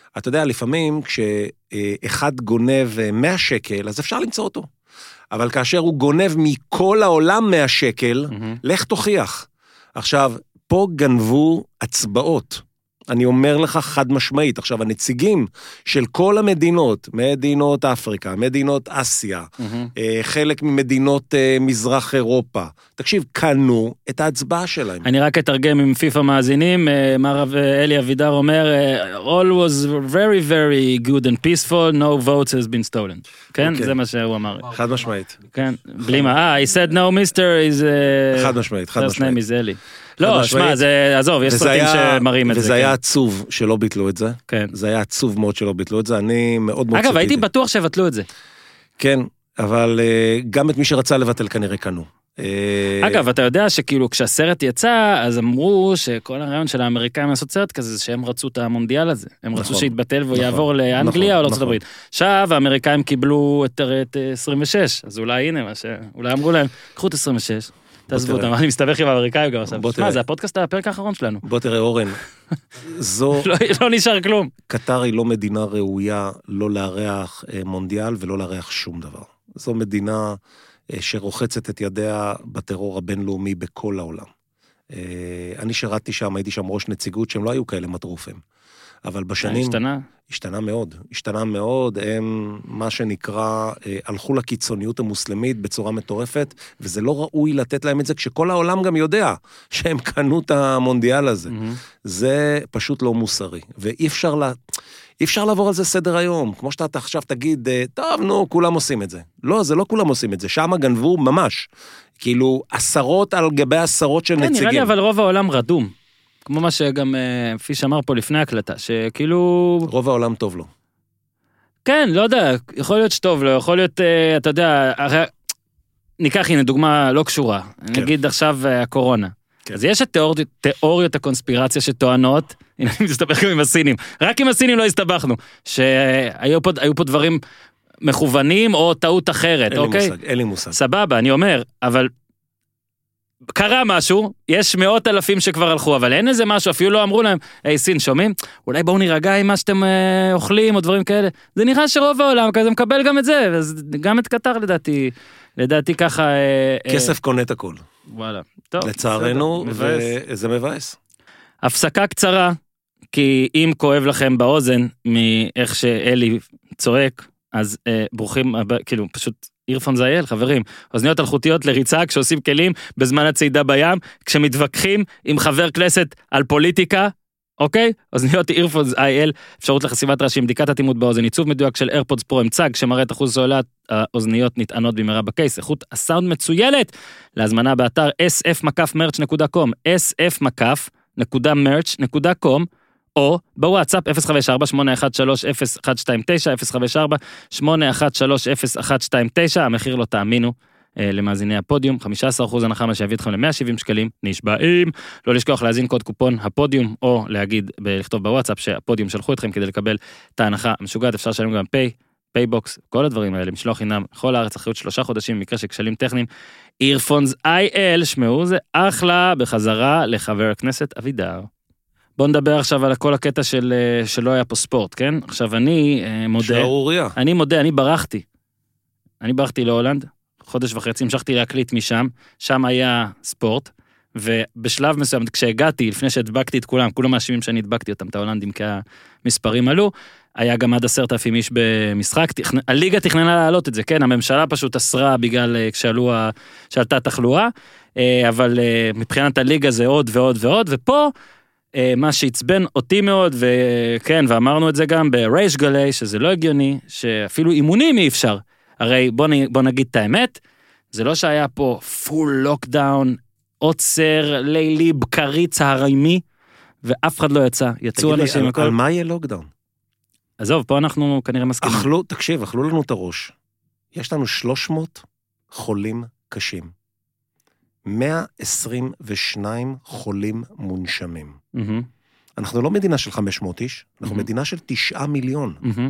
אתה יודע, לפעמים כשאחד גונב מאה שקל, אז אפשר למצוא אותו. אבל כאשר הוא גונב מכל העולם מאה שקל, mm-hmm. לך תוכיח. עכשיו, פה גנבו הצבעות. אני אומר לך חד משמעית. עכשיו, הנציגים של כל המדינות, מדינות אפריקה, מדינות אסיה, mm-hmm. חלק ממדינות מזרח אירופה, תקשיב, קנו את ההצבעה שלהם. אני רק אתרגם עם פיפה מאזינים, מר אלי אבידר אומר, all was very very good and peaceful, no votes has been stolen. כן? זה מה שהוא אמר. חד משמעית. כן, בלי מה, אה, he said no mister is... חד משמעית, חד משמעית. first name is אלי. לא, שמע, זה, עזוב, יש סרטים שמראים את זה. וזה היה עצוב שלא ביטלו את זה. כן. זה היה עצוב מאוד שלא ביטלו את זה, אני מאוד מאוד... אגב, הייתי בטוח שבטלו את זה. כן, אבל גם את מי שרצה לבטל כנראה קנו. אגב, אתה יודע שכאילו כשהסרט יצא, אז אמרו שכל הרעיון של האמריקאים לעשות סרט כזה, זה שהם רצו את המונדיאל הזה. הם רצו שיתבטל והוא יעבור לאנגליה או לארצות הברית. עכשיו, האמריקאים קיבלו את עשרים ושש, אז אולי הנה מה ש... אולי אמרו להם, קחו את עשרים ושש. תעזבו אותם, אני מסתבך עם האמריקאים גם עכשיו. מה, זה הפודקאסט הפרק האחרון שלנו. בוא תראה, אורן, זו... לא נשאר כלום. קטר היא לא מדינה ראויה לא לארח מונדיאל ולא לארח שום דבר. זו מדינה שרוחצת את ידיה בטרור הבינלאומי בכל העולם. אני שירתתי שם, הייתי שם ראש נציגות שהם לא היו כאלה מטרופים. אבל בשנים... השתנה? השתנה מאוד, השתנה מאוד, הם מה שנקרא, הלכו לקיצוניות המוסלמית בצורה מטורפת, וזה לא ראוי לתת להם את זה, כשכל העולם גם יודע שהם קנו את המונדיאל הזה. Mm-hmm. זה פשוט לא מוסרי, ואי אפשר, לה, אי אפשר לעבור על זה סדר היום, כמו שאתה עכשיו תגיד, טוב, נו, כולם עושים את זה. לא, זה לא כולם עושים את זה, שם גנבו ממש, כאילו עשרות על גבי עשרות של נציגים. נראה לי אבל רוב העולם רדום. כמו מה שגם פיש אמר פה לפני הקלטה, שכאילו... רוב העולם טוב לו. כן, לא יודע, יכול להיות שטוב לו, יכול להיות, אתה יודע, ניקח הנה דוגמה לא קשורה, כן. נגיד עכשיו הקורונה. כן. אז יש את תיאוריות, תיאוריות הקונספירציה שטוענות, הנה אני מסתבך גם עם הסינים, רק עם הסינים לא הסתבכנו, שהיו פה, היו פה דברים מכוונים או טעות אחרת, אין אוקיי? לי מושג, אין לי מושג. סבבה, אני אומר, אבל... קרה משהו, יש מאות אלפים שכבר הלכו, אבל אין איזה משהו, אפילו לא אמרו להם, היי סין, שומעים? אולי בואו נירגע עם מה שאתם אה, אוכלים או דברים כאלה. זה נראה שרוב העולם כזה מקבל גם את זה, אז גם את קטר לדעתי, לדעתי ככה... אה, כסף אה... קונה את הכל. וואלה. טוב. לצערנו, וזה מבאס. הפסקה קצרה, כי אם כואב לכם באוזן, מאיך שאלי צועק, אז אה, ברוכים, כאילו פשוט... אירפון זייל, חברים, אוזניות אלחוטיות לריצה כשעושים כלים בזמן הצעידה בים, כשמתווכחים עם חבר כנסת על פוליטיקה, אוקיי? אוזניות אירפון זייל, אפשרות לחסימת רעשים, בדיקת התאימות באוזן, עיצוב מדויק של איירפודס פרו המצג, שמראה את אחוז סוללת, האוזניות נטענות במהרה בקייס, איכות הסאונד מצוינת, להזמנה באתר אס אף מקף מרץ' נקודה קום, אס אף מקף נקודה מרץ' נקודה קום, או בוואטסאפ אפס חמש ארבע שמונה אחת שלוש אפס אחת שתיים תשע, אפס חמש ארבע שמונה אחת שלוש אפס אחת שתיים תשע, המחיר לא תאמינו, למאזיני הפודיום, חמישה עשר אחוז הנחה מה שיביא אתכם ל-מאה שבעים שקלים, נשבעים, לא לשכוח להזין קוד קופון הפודיום, או להגיד, לכתוב בוואטסאפ שהפודיום שלחו אתכם כדי לקבל את ההנחה המשוגעת, אפשר לשלם גם פיי, פייבוקס, כל הדברים האלה, משלוח חינם, כל הארץ, אחריות שלושה חודשים, במקרה שכשלים טכניים, אירפונס איי אל, שמעו, זה אחלה, בחזרה לחבר הכנסת אבידר. בוא נדבר עכשיו על כל הקטע של, שלא היה פה ספורט, כן? עכשיו אני מודה, שערוריה. אני מודה, אני ברחתי. אני ברחתי להולנד, חודש וחצי, המשכתי להקליט משם, שם היה ספורט, ובשלב מסוים, כשהגעתי, לפני שהדבקתי את כולם, כולם מאשימים שאני הדבקתי אותם, את ההולנדים, כי המספרים עלו, היה גם עד עשרת אלפים איש במשחק, הליגה תכננה להעלות את זה, כן? הממשלה פשוט אסרה בגלל כשעלו, שעלתה תחלואה, אבל מבחינת הליגה זה עוד ועוד ועוד, ופה, מה שהצבן אותי מאוד, וכן, ואמרנו את זה גם ברייש גלי, שזה לא הגיוני, שאפילו אימונים אי אפשר. הרי בוא, בוא נגיד את האמת, זה לא שהיה פה פול לוקדאון, עוצר, לילי, בקרי, צהריימי, ואף אחד לא יצא. יצאו אנשים... על, על מה יהיה לוקדאון? עזוב, פה אנחנו כנראה מסכימים. אכלו, תקשיב, אכלו לנו את הראש. יש לנו שלוש מאות חולים קשים. מאה עשרים ושניים חולים מונשמים. Mm-hmm. אנחנו לא מדינה של חמש מאות איש, אנחנו mm-hmm. מדינה של תשעה מיליון. Mm-hmm.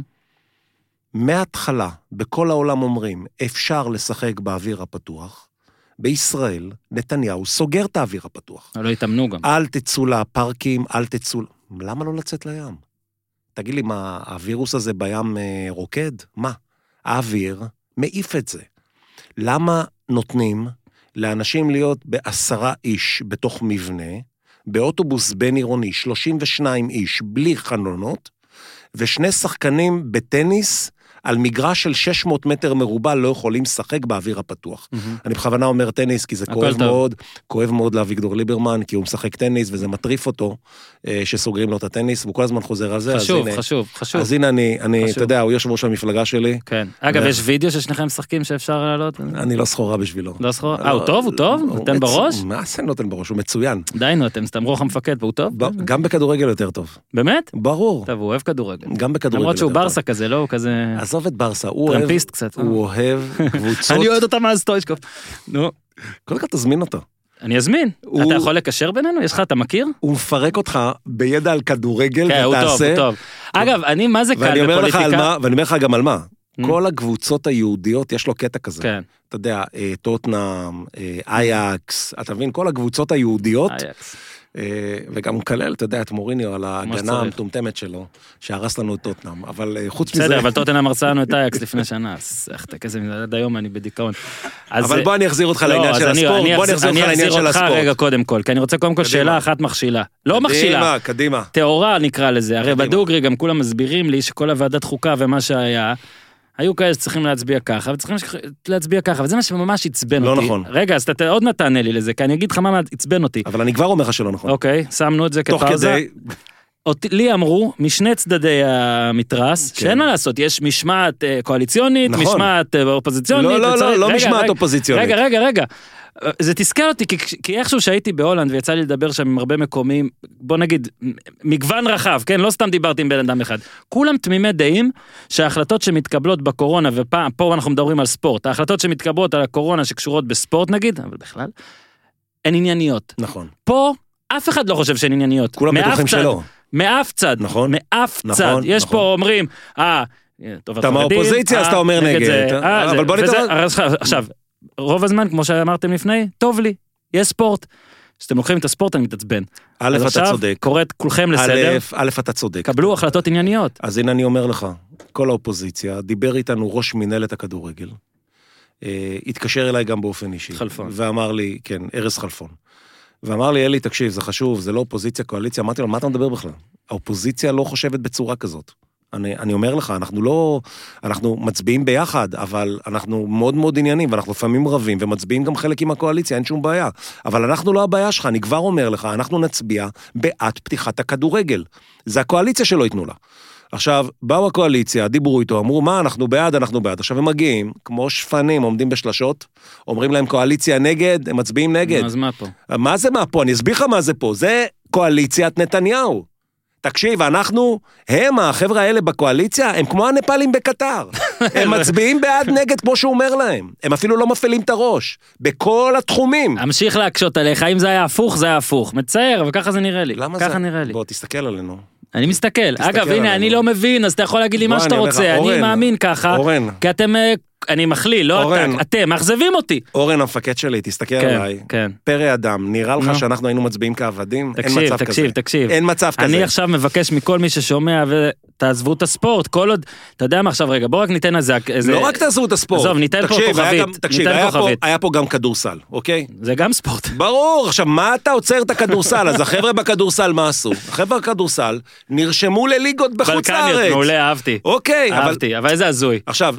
מההתחלה, בכל העולם אומרים, אפשר לשחק באוויר הפתוח, בישראל, נתניהו סוגר את האוויר הפתוח. לא התאמנו גם. אל תצאו לפארקים, אל תצאו... למה לא לצאת לים? תגיד לי, מה, הווירוס הזה בים רוקד? מה? האוויר מעיף את זה. למה נותנים לאנשים להיות בעשרה איש בתוך מבנה, באוטובוס בין עירוני, שלושים ושניים איש, בלי חלונות, ושני שחקנים בטניס, על מגרש של שש מאות מטר מרובע לא יכולים לשחק באוויר הפתוח. Mm-hmm. אני בכוונה אומר טניס, כי זה כואב טוב. מאוד, כואב מאוד לאביגדור ליברמן, כי הוא משחק טניס, וזה מטריף אותו, שסוגרים לו את הטניס, והוא כל הזמן חוזר על זה. חשוב, הנה, חשוב, חשוב. אז הנה אני, אני חשוב. אתה יודע, הוא יושב ראש המפלגה שלי. כן. אגב, ו... יש וידאו ששניכם משחקים שאפשר לעלות? אני לא סחורה בשבילו. לא סחורה? אה, הוא טוב? הוא טוב? נותן בראש? מה זה נותן בראש? הוא מצוין. דיינו, אתם סתם רוח המפקד, והוא טוב? גם בכדורגל יותר טוב. באמת? ברור. טוב, הוא אוהב כדורגל. גם בכדורגל. למרות שהוא ברסה כזה, לא? הוא כזה... עזוב את ברסה, הוא טרמפיסט קצת. הוא אוהב קבוצות. אני אוהד אותה מאז סטויצ'קוב. נו. כל כך תזמין אותו. אני אזמין. אתה יכול לקשר בינינו? יש לך, אתה מכיר? הוא מפרק אותך בידע על כדורגל, ותעשה... כן, הוא טוב, הוא טוב. אגב, אני, מה זה קל בפוליטיקה? ואני אומר לך גם על מה. כל הקבוצות היהודיות, יש לו קטע כזה. כן. אתה יודע, טוטנאם, אייקס, אתה מבין? כל הקבוצות היהודיות... אייקס. וגם הוא כלל, אתה יודע, את מוריניו על ההגנה המטומטמת שלו, שהרס לנו את טוטנאם, אבל חוץ מזה... בסדר, אבל טוטנאם הרסה לנו את אייקס לפני שנה, אז איך אתה כזה, עד היום אני בדיכאון. אבל בוא אני אחזיר אותך לעניין של הספורט, בוא אני אחזיר אותך לעניין של הספורט. רגע, קודם כל, כי אני רוצה קודם כל שאלה אחת מכשילה. לא מכשילה. קדימה, קדימה. תיאורה נקרא לזה, הרי בדוגרי גם כולם מסבירים לי שכל הוועדת חוקה ומה שהיה, היו כאלה שצריכים להצביע ככה, וצריכים להצביע ככה, וזה מה שממש עצבן אותי. לא נכון. רגע, אז אתה עוד נתענה לי לזה, כי אני אגיד לך מה עצבן אותי. אבל אני כבר אומר לך שלא נכון. אוקיי, שמנו את זה כפאוזה. לי אמרו, משני צדדי המתרס, שאין מה לעשות, יש משמעת קואליציונית, משמעת אופוזיציונית. לא, לא, לא, לא משמעת אופוזיציונית. רגע, רגע, רגע. זה תסכל אותי, כי, כי איכשהו שהייתי בהולנד ויצא לי לדבר שם עם הרבה מקומים, בוא נגיד, מגוון רחב, כן? לא סתם דיברתי עם בן אדם אחד. כולם תמימי דעים שההחלטות שמתקבלות בקורונה, ופעם, פה אנחנו מדברים על ספורט, ההחלטות שמתקבלות על הקורונה שקשורות בספורט נגיד, אבל בכלל, הן ענייניות. נכון. פה, אף אחד לא חושב שהן ענייניות. כולם בטוחים שלא. מאף צד. נכון. מאף נכון, צד. יש נכון. פה אומרים, אה, אתה מהאופוזיציה, אז אתה אומר נגד. אבל בוא נתראה. עכשיו, רוב הזמן, כמו שאמרתם לפני, טוב לי, יש ספורט. כשאתם לוקחים את הספורט, אני מתעצבן. א', אתה צודק. קוראת כולכם לסדר. א', אתה צודק. קבלו החלטות ענייניות. אז הנה אני אומר לך, כל האופוזיציה, דיבר איתנו ראש מנהלת הכדורגל, התקשר אליי גם באופן אישי. חלפון. ואמר לי, כן, ארז חלפון. ואמר לי, אלי, תקשיב, זה חשוב, זה לא אופוזיציה, קואליציה. אמרתי לו, מה אתה מדבר בכלל? האופוזיציה לא חושבת בצורה כזאת. אני, אני אומר לך, אנחנו לא, אנחנו מצביעים ביחד, אבל אנחנו מאוד מאוד עניינים, ואנחנו לפעמים רבים, ומצביעים גם חלק עם הקואליציה, אין שום בעיה. אבל אנחנו לא הבעיה שלך, אני כבר אומר לך, אנחנו נצביע בעד פתיחת הכדורגל. זה הקואליציה שלא ייתנו לה. עכשיו, באו הקואליציה, דיברו איתו, אמרו, מה, אנחנו בעד, אנחנו בעד. עכשיו הם מגיעים, כמו שפנים, עומדים בשלשות, אומרים להם קואליציה נגד, הם מצביעים נגד. אז מה פה? מה זה מה פה? אני אסביר לך מה זה פה. זה קואליציית נתניהו. תקשיב, אנחנו, הם, החבר'ה האלה בקואליציה, הם כמו הנפלים בקטר. הם מצביעים בעד נגד כמו שהוא אומר להם. הם אפילו לא מפעילים את הראש. בכל התחומים. אמשיך להקשות עליך, אם זה היה הפוך, זה היה הפוך. מצער, אבל ככה זה נראה לי. למה ככה זה? נראה לי. בוא, תסתכל עלינו. אני מסתכל. אגב, הנה, אני לא מבין, אז אתה יכול להגיד לי מה שאתה רוצה. אני מאמין ככה. כי אתם... אני מכליל, לא אתה, אתם, מאכזבים אותי. אורן, המפקד שלי, תסתכל עליי. פרא אדם, נראה לך שאנחנו היינו מצביעים כעבדים? אין מצב כזה. תקשיב, תקשיב. אין מצב כזה. אני עכשיו מבקש מכל מי ששומע ותעזבו את הספורט, כל עוד, אתה יודע מה עכשיו, רגע, בוא רק ניתן איזה... לא רק תעזבו את הספורט. עזוב, ניתן פה כוכבית. תקשיב, היה פה גם כדורסל, אוקיי? זה גם ספורט. ברור, עכשיו, מה אתה עוצר את הכדורסל? אז החבר'ה בכדורסל, מה עשו? החבר'ה בכדורסל נרשמו לליגות בחוץ לארץ. מעולה, אהבתי. אוקיי, אהבתי, אבל איזה הזוי. עכשיו,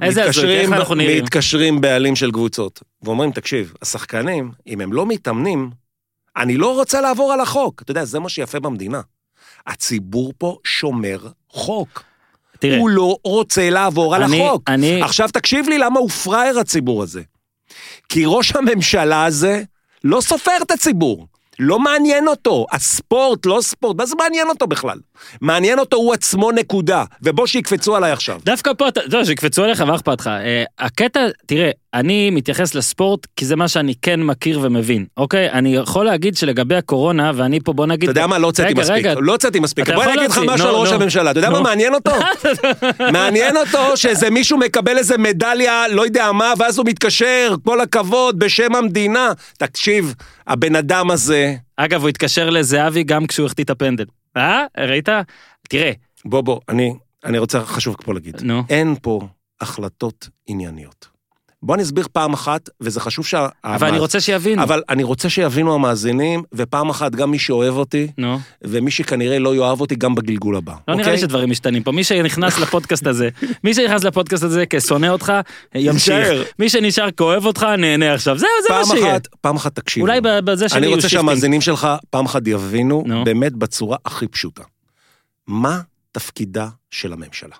מתקשרים בעלים של קבוצות, ואומרים, תקשיב, השחקנים, אם הם לא מתאמנים, אני לא רוצה לעבור על החוק. אתה יודע, זה מה שיפה במדינה. הציבור פה שומר חוק. תראה, הוא לא רוצה לעבור על אני, החוק. אני... עכשיו תקשיב לי למה הוא פראייר הציבור הזה. כי ראש הממשלה הזה לא סופר את הציבור. לא מעניין אותו, הספורט, לא ספורט, מה זה מעניין אותו בכלל? מעניין אותו הוא עצמו נקודה, ובוא שיקפצו עליי עכשיו. דווקא פה, לא, שיקפצו עליך, מה אכפת לך? הקטע, תראה, אני מתייחס לספורט, כי זה מה שאני כן מכיר ומבין, אוקיי? אני יכול להגיד שלגבי הקורונה, ואני פה בוא נגיד... אתה יודע מה? לא צאתי מספיק, לא צאתי מספיק. בוא נגיד לך משהו על ראש הממשלה, אתה יודע מה מעניין אותו? מעניין אותו שאיזה מישהו מקבל איזה מדליה, לא יודע מה, ואז הוא מתקשר, כל הכבוד, בשם המדינה. תקשיב, הבן אדם הזה... אגב, הוא התקשר לזהבי גם כשהוא החטיא את הפנדל. אה? ראית? תראה, בוא, בוא, אני, אני רוצה, חשוב פה להגיד. נו. אין פה החלטות ענייניות. בוא נסביר פעם אחת, וזה חשוב שה... אבל אני רוצה שיבינו. אבל אני רוצה שיבינו המאזינים, ופעם אחת גם מי שאוהב אותי, נו. ומי שכנראה לא יאהב אותי גם בגלגול הבא. לא נראה לי שדברים משתנים פה. מי שנכנס לפודקאסט הזה, מי שנכנס לפודקאסט הזה כשונא אותך, ימשיך. מי שנשאר כאוהב אותך, נהנה עכשיו. זהו, זה מה שיהיה. פעם אחת תקשיב. אולי בזה שלי אני הוא רוצה שיפטינג. שהמאזינים שלך פעם אחת יבינו, באמת בצורה הכי פשוטה. מה תפקידה של הממשלה?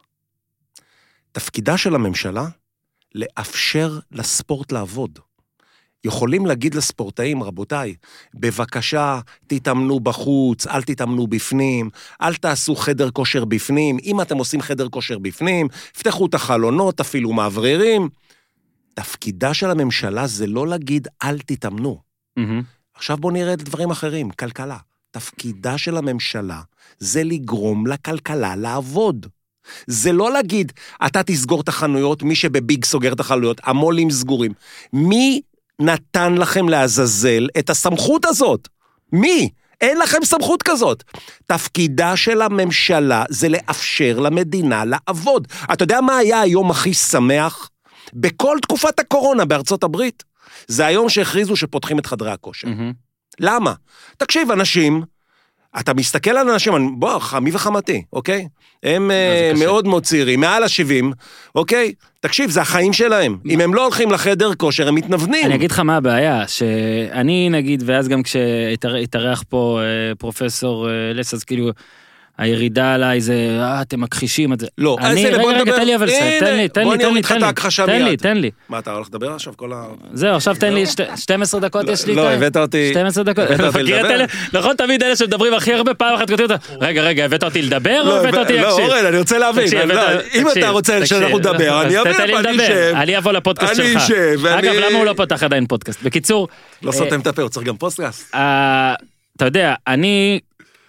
תפקידה של הממשלה לאפשר לספורט לעבוד. יכולים להגיד לספורטאים, רבותיי, בבקשה, תתאמנו בחוץ, אל תתאמנו בפנים, אל תעשו חדר כושר בפנים, אם אתם עושים חדר כושר בפנים, פתחו את החלונות, אפילו מאווררים. תפקידה של הממשלה זה לא להגיד, אל תתאמנו. Mm-hmm. עכשיו בואו נראה את דברים אחרים, כלכלה. תפקידה של הממשלה זה לגרום לכלכלה לעבוד. זה לא להגיד, אתה תסגור את החנויות, מי שבביג סוגר את החנויות, המולים סגורים. מי נתן לכם לעזאזל את הסמכות הזאת? מי? אין לכם סמכות כזאת. תפקידה של הממשלה זה לאפשר למדינה לעבוד. אתה יודע מה היה היום הכי שמח? בכל תקופת הקורונה בארצות הברית, זה היום שהכריזו שפותחים את חדרי הכושר. Mm-hmm. למה? תקשיב, אנשים, אתה מסתכל על אנשים, בוא, חמי וחמתי, אוקיי? הם מאוד מאוד צעירים, מעל ה-שבעים, אוקיי? תקשיב, זה החיים שלהם. אם הם לא הולכים לחדר כושר, הם מתנוונים. אני אגיד לך מה הבעיה, שאני נגיד, ואז גם כשהתארח פה פרופסור לס, אז כאילו, הירידה עליי זה, אה, אתם מכחישים את זה. לא, אני, רגע, רגע, תן לי אבל סייב, תן לי, תן לי, תן לי, תן לי, תן לי, תן לי. מה, אתה הולך לדבר עכשיו כל ה... זהו, עכשיו תן לי, שתים עשרה דקות יש לי. לא, הבאת אותי... שתים עשרה דקות. נכון, תמיד אלה שמדברים הכי הרבה פעם אחת כותבים אותה, רגע, רגע, הבאת אותי לדבר או הבאת אותי להקשיב? לא, אורן, אני רוצה להבין. אם אתה רוצה שאנחנו נדבר, אני אבוא, אני אשב. אני אבוא לפודקאסט שלך. אני אשב. אגב, למה הוא לא פותח עדיין פודקאסט? בקיצור... לא סותם את הפה, הוא צריך גם פודקאסט. אתה יודע, אני...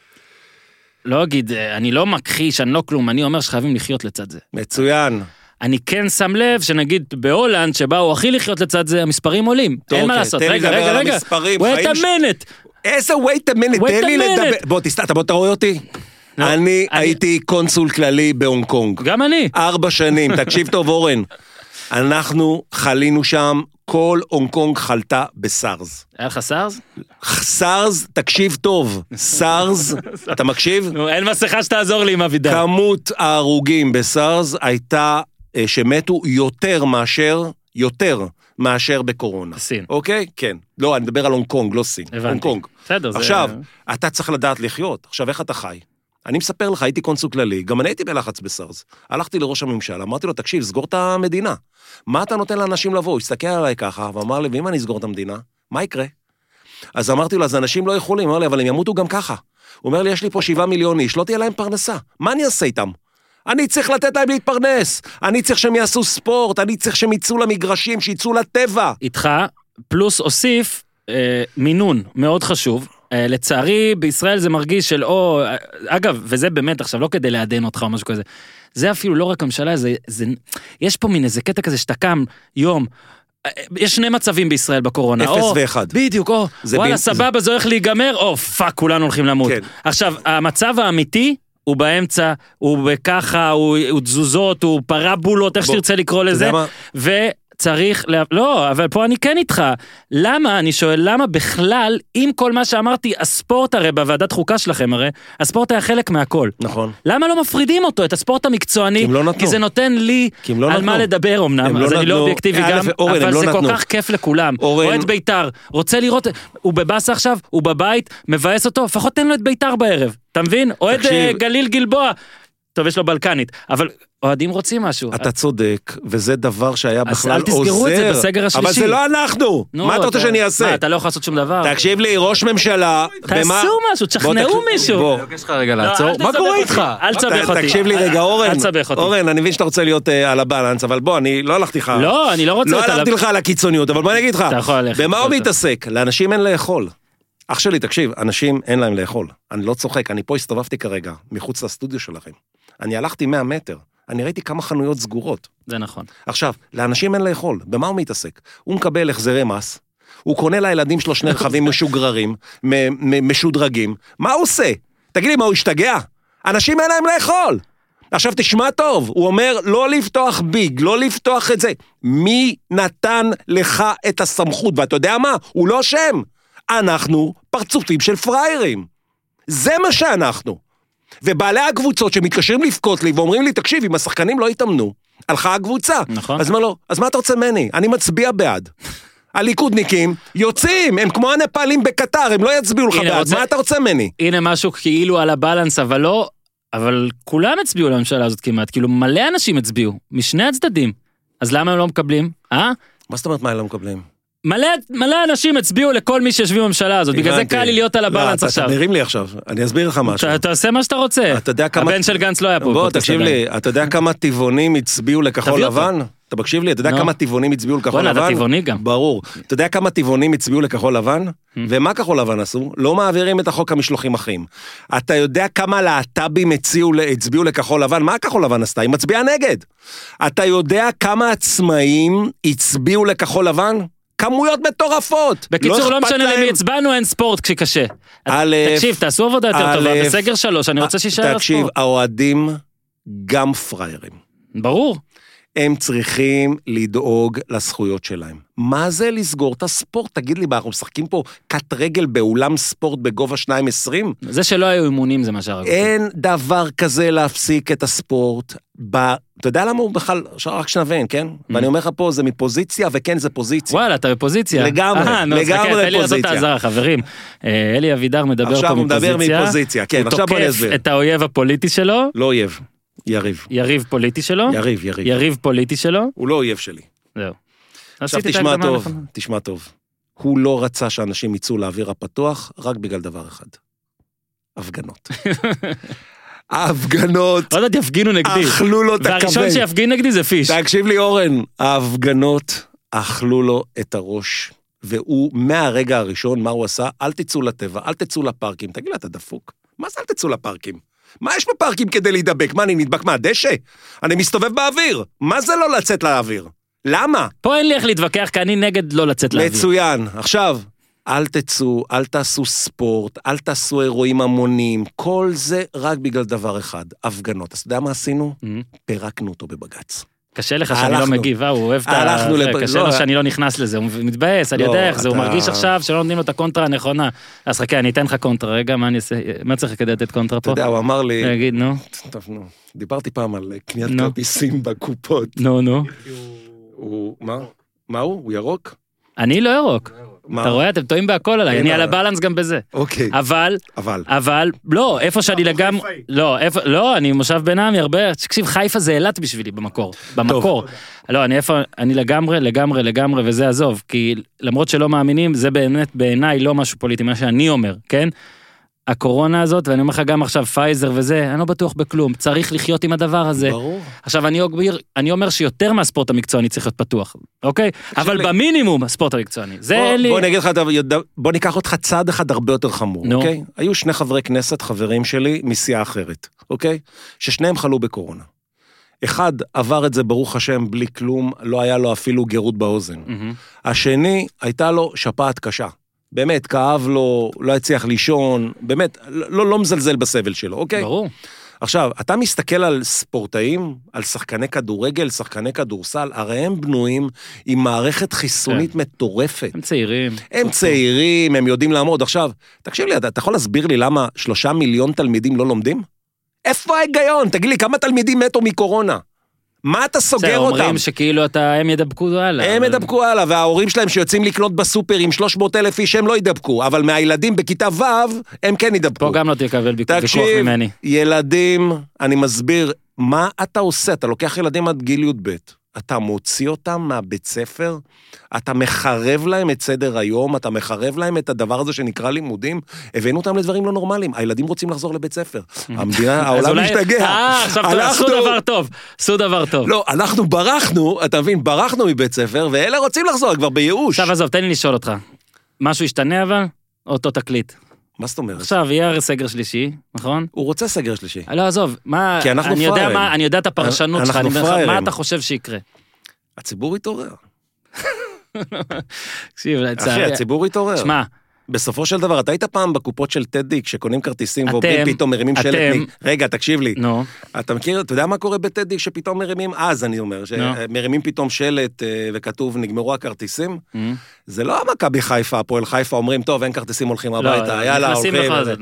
לא אגיד, אני לא מכחיש, אני לא כלום, אני אומר שחייבים לחיות לצד זה. מצוין. אני כן שם לב שנגיד בהולנד, שבאו הכי לחיות לצד זה, המספרים עולים. אין מה לעשות. רגע, רגע, רגע. wait a minute. איזה wait a minute? תן לי לדבר. בוא, תסתת, בוא, אתה רואה אותי? אני הייתי קונסול כללי בהונג קונג. גם אני. ארבע שנים, תקשיב טוב, אורן. אנחנו חלינו שם, כל הונג קונג חלתה בסארס. היה לך סארס? סארס, תקשיב טוב, סארס, אתה מקשיב? נו, אין מסכה שתעזור לי עם אבידר. כמות ההרוגים בסארס הייתה שמתו יותר מאשר, יותר מאשר בקורונה. סין. אוקיי? כן. לא, אני מדבר על הונג קונג, לא סין. הבנתי. הונג קונג. בסדר, זה... עכשיו, אתה צריך לדעת לחיות. עכשיו, איך אתה חי? אני מספר לך, הייתי קונסול כללי, גם אני הייתי בלחץ בסארס. הלכתי לראש הממשלה, אמרתי לו, תקשיב, סגור את המדינה. מה אתה נותן לאנשים לבוא? הוא הסתכל עליי ככה, ואמר לי, ואם אני אסגור את המדינה, מה יקרה? אז אמרתי לו, אז אנשים לא יכולים, אמר לי, אבל הם ימותו גם ככה. הוא אומר לי, יש לי פה שבעה מיליון איש, לא תהיה להם פרנסה. מה אני אעשה איתם? אני צריך לתת להם להתפרנס, אני צריך שהם יעשו ספורט, אני צריך שהם יצאו למגרשים, שיצאו לטבע. איתך, פלוס אוסיף, אה, מינון, מאוד חשוב. אה, לצערי, בישראל זה מרגיש של, או, אגב, וזה באמת עכשיו, לא כדי לעדן אותך או משהו כזה, זה אפילו לא רק הממשלה, זה, זה, יש פה מין איזה קטע כזה שאתה קם יום, יש שני מצבים בישראל בקורונה. אפס ואחד. בדיוק, או, וואלה, סבבה, זה הולך להיגמר, או, פאק, כולנו הולכים למות. עכשיו, המצב האמיתי, הוא באמצע, הוא בככה, הוא, הוא תזוזות, הוא פרבולות, איך שתרצה לקרוא לזה, וצריך, לה... לא, אבל פה אני כן איתך, למה, אני שואל, למה בכלל, עם כל מה שאמרתי, הספורט הרי, בוועדת חוקה שלכם הרי, הספורט היה חלק מהכל. נכון. למה לא מפרידים אותו, את הספורט המקצועני, כי, לא כי זה נותן לי לא על נתנו. מה לדבר אמנם, אז לא אני לא אובייקטיבי גם, אורן, אבל זה לא כל נתנו. כך כיף לכולם. אורן... רואה את ביתר, רוצה לראות, הוא בבאס עכשיו, הוא בבית, מבאס אותו, לפחות תן לו את ביתר בערב. אתה מבין? אוהד גליל גלבוע. טוב, יש לו בלקנית, אבל אוהדים רוצים משהו. אתה צודק, וזה דבר שהיה בכלל עוזר. אז אל תסגרו את זה בסגר השלישי. אבל זה לא אנחנו. מה אתה רוצה שאני אעשה? מה, אתה לא יכול לעשות שום דבר? תקשיב לי, ראש ממשלה... תעשו משהו, תשכנעו מישהו. אני מבקש לך רגע לעצור. מה קורה איתך? אל תסבך אותי. תקשיב לי רגע, אורן. אל תסבך אותי. אורן, אני מבין שאתה רוצה להיות על הבלנס, אבל בוא, אני לא הלכתי לך. לא, אני לא רוצה... לא הלכתי לך על הקיצוניות, אבל בוא אני אגיד לך. אתה יכול ללכת. במה הוא מתעסק? לאנשים אין לאכול. אח שלי, תקשיב, אנשים אין להם לאכול. אני לא צוחק, אני פה הסתובבתי כרגע, מחוץ לסטודיו שלכם. אני הלכתי מאה מטר, אני ראיתי כמה חנויות סגורות. זה נכון. עכשיו, לאנשים אין לאכול, במה הוא מתעסק? הוא מקבל החזרי מס, הוא קונה לילדים שלו שני רכבים משוגררים, משודרגים, מה הוא עושה? תגיד לי, מה הוא השתגע? אנשים אין להם לאכול. עכשיו תשמע טוב, הוא אומר לא לפתוח ביג, לא לפתוח את זה. מי נתן לך את הסמכות? ואתה יודע מה? הוא לא שם. אנחנו פרצופים של פריירים. זה מה שאנחנו. ובעלי הקבוצות שמתקשרים לפקוט לי ואומרים לי, תקשיב, אם השחקנים לא יתאמנו, הלכה הקבוצה. נכון. אז מה לא? אז מה אתה רוצה מני? אני מצביע בעד. הליכודניקים יוצאים, הם כמו הנפאלים בקטר, הם לא יצביעו לך בעד. רוצה... מה אתה רוצה מני? הנה משהו כאילו על הבלנס, אבל לא, אבל כולם הצביעו לממשלה הזאת כמעט, כאילו מלא אנשים הצביעו, משני הצדדים. אז למה הם לא מקבלים? אה? מה זאת אומרת מה הם לא מקבלים? מלא, מלא אנשים הצביעו לכל מי שיושבים בממשלה הזאת, בגלל זה קל לי להיות על הבלנס עכשיו. אתה מרים לי עכשיו, אני אסביר לך משהו. אתה עושה מה שאתה רוצה. הבן של גנץ לא היה פה. בוא, תקשיב לי, אתה יודע כמה טבעונים הצביעו לכחול לבן? אתה מקשיב לי, אתה יודע כמה טבעונים הצביעו לכחול לבן? בוא, אתה טבעוני גם. ברור. אתה יודע כמה טבעונים הצביעו לכחול לבן? ומה כחול לבן עשו? לא מעבירים את החוק המשלוחים אחים. אתה יודע כמה להט"בים הצביעו לכחול לבן? מה כחול לבן עשתה? היא מצביעה נגד. אתה יודע כמה עצמאים הצביעו לכחול לבן? כמויות מטורפות. בקיצור, לא משנה למי הצבענו, אין ספורט כשקשה. תקשיב, תעשו עבודה יותר טובה, בסגר שלוש, אני רוצה שישאר הספורט. תקשיב, האוהדים גם פריירים. ברור. הם צריכים לדאוג לזכויות שלהם. מה זה לסגור את הספורט? תגיד לי, אנחנו משחקים פה קט רגל באולם ספורט בגובה שתיים עשרים? זה שלא היו אימונים זה מה שהרג אותי. אין דבר כזה להפסיק את הספורט. ב... אתה יודע למה הוא בכלל, רק שנבין, כן? ואני אומר לך פה, זה מפוזיציה, וכן, זה פוזיציה. וואלה, אתה בפוזיציה. לגמרי, לגמרי אלי לעשות את העזרה, חברים. אלי אבידר מדבר פה עכשיו הוא מדבר מפוזיציה, כן, עכשיו בוא נסביר. הוא תוקף את האויב הפוליטי שלו. לא אויב. יריב. יריב פוליטי שלו? יריב, יריב. יריב פוליטי שלו? הוא לא אויב שלי. זהו. עכשיו תשמע טוב, תשמע טוב. הוא לא רצה שאנשים יצאו לאוויר הפתוח, רק בגלל דבר אחד. הפגנות. ההפגנות... עוד עד יפגינו נגדי. אכלו לו את הכבד. והראשון שיפגין נגדי זה פיש. תקשיב לי אורן, ההפגנות אכלו לו את הראש, והוא מהרגע הראשון, מה הוא עשה? אל תצאו לטבע, אל תצאו לפארקים. תגיד לה, אתה דפוק? מה זה אל תצאו לפארקים? מה יש בפארקים כדי להידבק? מה, אני נדבק מהדשא? אני מסתובב באוויר. מה זה לא לצאת לאוויר? למה? פה אין לי איך להתווכח, כי אני נגד לא לצאת לאוויר. מצוין. עכשיו, אל תצאו, אל תעשו ספורט, אל תעשו אירועים המונים, כל זה רק בגלל דבר אחד, הפגנות. אז אתה יודע מה עשינו? פירקנו אותו בבגץ. קשה לך שאני לא מגיב, הוא אוהב את ה... קשה לו שאני לא נכנס לזה, הוא מתבאס, אני יודע איך זה, הוא מרגיש עכשיו שלא נותנים לו את הקונטרה הנכונה. אז חכה, אני אתן לך קונטרה, רגע, מה אני אעשה? מה צריך כדי לתת קונטרה פה? אתה יודע, הוא אמר לי... להגיד, נו. טוב, נו. דיברתי פעם על קניית כרטיסים בקופות. נו, נו. הוא... מה? מה הוא? הוא ירוק? אני לא ירוק. אתה רואה, אתם טועים בהכל עליי, אני על הבלנס גם בזה. אוקיי. אבל, אבל, אבל, לא, איפה שאני לגמרי, לא, לא, אני מושב בינמי הרבה, תקשיב, חיפה זה אילת בשבילי במקור, במקור. לא, אני איפה, אני לגמרי, לגמרי, לגמרי, וזה עזוב, כי למרות שלא מאמינים, זה באמת בעיניי לא משהו פוליטי, מה שאני אומר, כן? הקורונה הזאת, ואני אומר לך גם עכשיו פייזר וזה, אני לא בטוח בכלום, צריך לחיות עם הדבר הזה. ברור. עכשיו, אני, אני אומר שיותר מהספורט המקצועני צריך להיות פתוח, אוקיי? אבל לי. במינימום הספורט המקצועני, זה בוא, אין לי... בוא נגיד לך, בוא ניקח אותך צעד אחד הרבה יותר חמור, נו. אוקיי? היו שני חברי כנסת, חברים שלי, מסיעה אחרת, אוקיי? ששניהם חלו בקורונה. אחד עבר את זה ברוך השם בלי כלום, לא היה לו אפילו גירות באוזן. Mm-hmm. השני, הייתה לו שפעת קשה. באמת, כאב לו, לא הצליח לישון, באמת, לא, לא מזלזל בסבל שלו, אוקיי? ברור. עכשיו, אתה מסתכל על ספורטאים, על שחקני כדורגל, שחקני כדורסל, הרי הם בנויים עם מערכת חיסונית מטורפת. הם צעירים. הם צעירים, הם יודעים לעמוד. עכשיו, תקשיב לי, אתה יכול להסביר לי למה שלושה מיליון תלמידים לא לומדים? איפה ההיגיון? תגיד לי, כמה תלמידים מתו מקורונה? מה אתה סוגר אותם? אומרים שכאילו אתה, הם ידבקו הלאה. הם ידבקו הלאה, וההורים שלהם שיוצאים לקנות בסופר עם שלוש מאות אלף איש, הם לא ידבקו, אבל מהילדים בכיתה ו' הם כן ידבקו. פה גם לא תקבל ויכוח ממני. תקשיב, ילדים, אני מסביר, מה אתה עושה? אתה לוקח ילדים עד גיל י' ב', אתה מוציא אותם מהבית ספר, אתה מחרב להם את סדר היום, אתה מחרב להם את הדבר הזה שנקרא לימודים, הבאנו אותם לדברים לא נורמליים, הילדים רוצים לחזור לבית ספר, המדינה, העולם משתגע. אה, עכשיו עשו דבר טוב, עשו דבר טוב. לא, אנחנו ברחנו, אתה מבין, ברחנו מבית ספר, ואלה רוצים לחזור כבר בייאוש. עכשיו עזוב, תן לי לשאול אותך, משהו ישתנה אבל? אותו תקליט. מה זאת אומרת? עכשיו, יהיה סגר שלישי, נכון? הוא רוצה סגר שלישי. לא, עזוב, מה... כי אנחנו אני יודע מה, אני יודע את הפרשנות שלך, מה אתה חושב שיקרה? הציבור יתעורר. תקשיב, אחי, הציבור יתעורר. שמע, בסופו של דבר, אתה היית פעם בקופות של טדי, כשקונים כרטיסים ואומרים פתאום מרימים שלט. רגע, תקשיב לי. נו. אתה מכיר, אתה יודע מה קורה בטדי שפתאום מרימים? אז אני אומר, שמרימים פתאום שלט וכתוב נגמרו הכרטיסים. זה לא המכבי חיפה, הפועל חיפה אומרים, טוב, אין כרטיסים הולכים הביתה, יאללה, הולכים.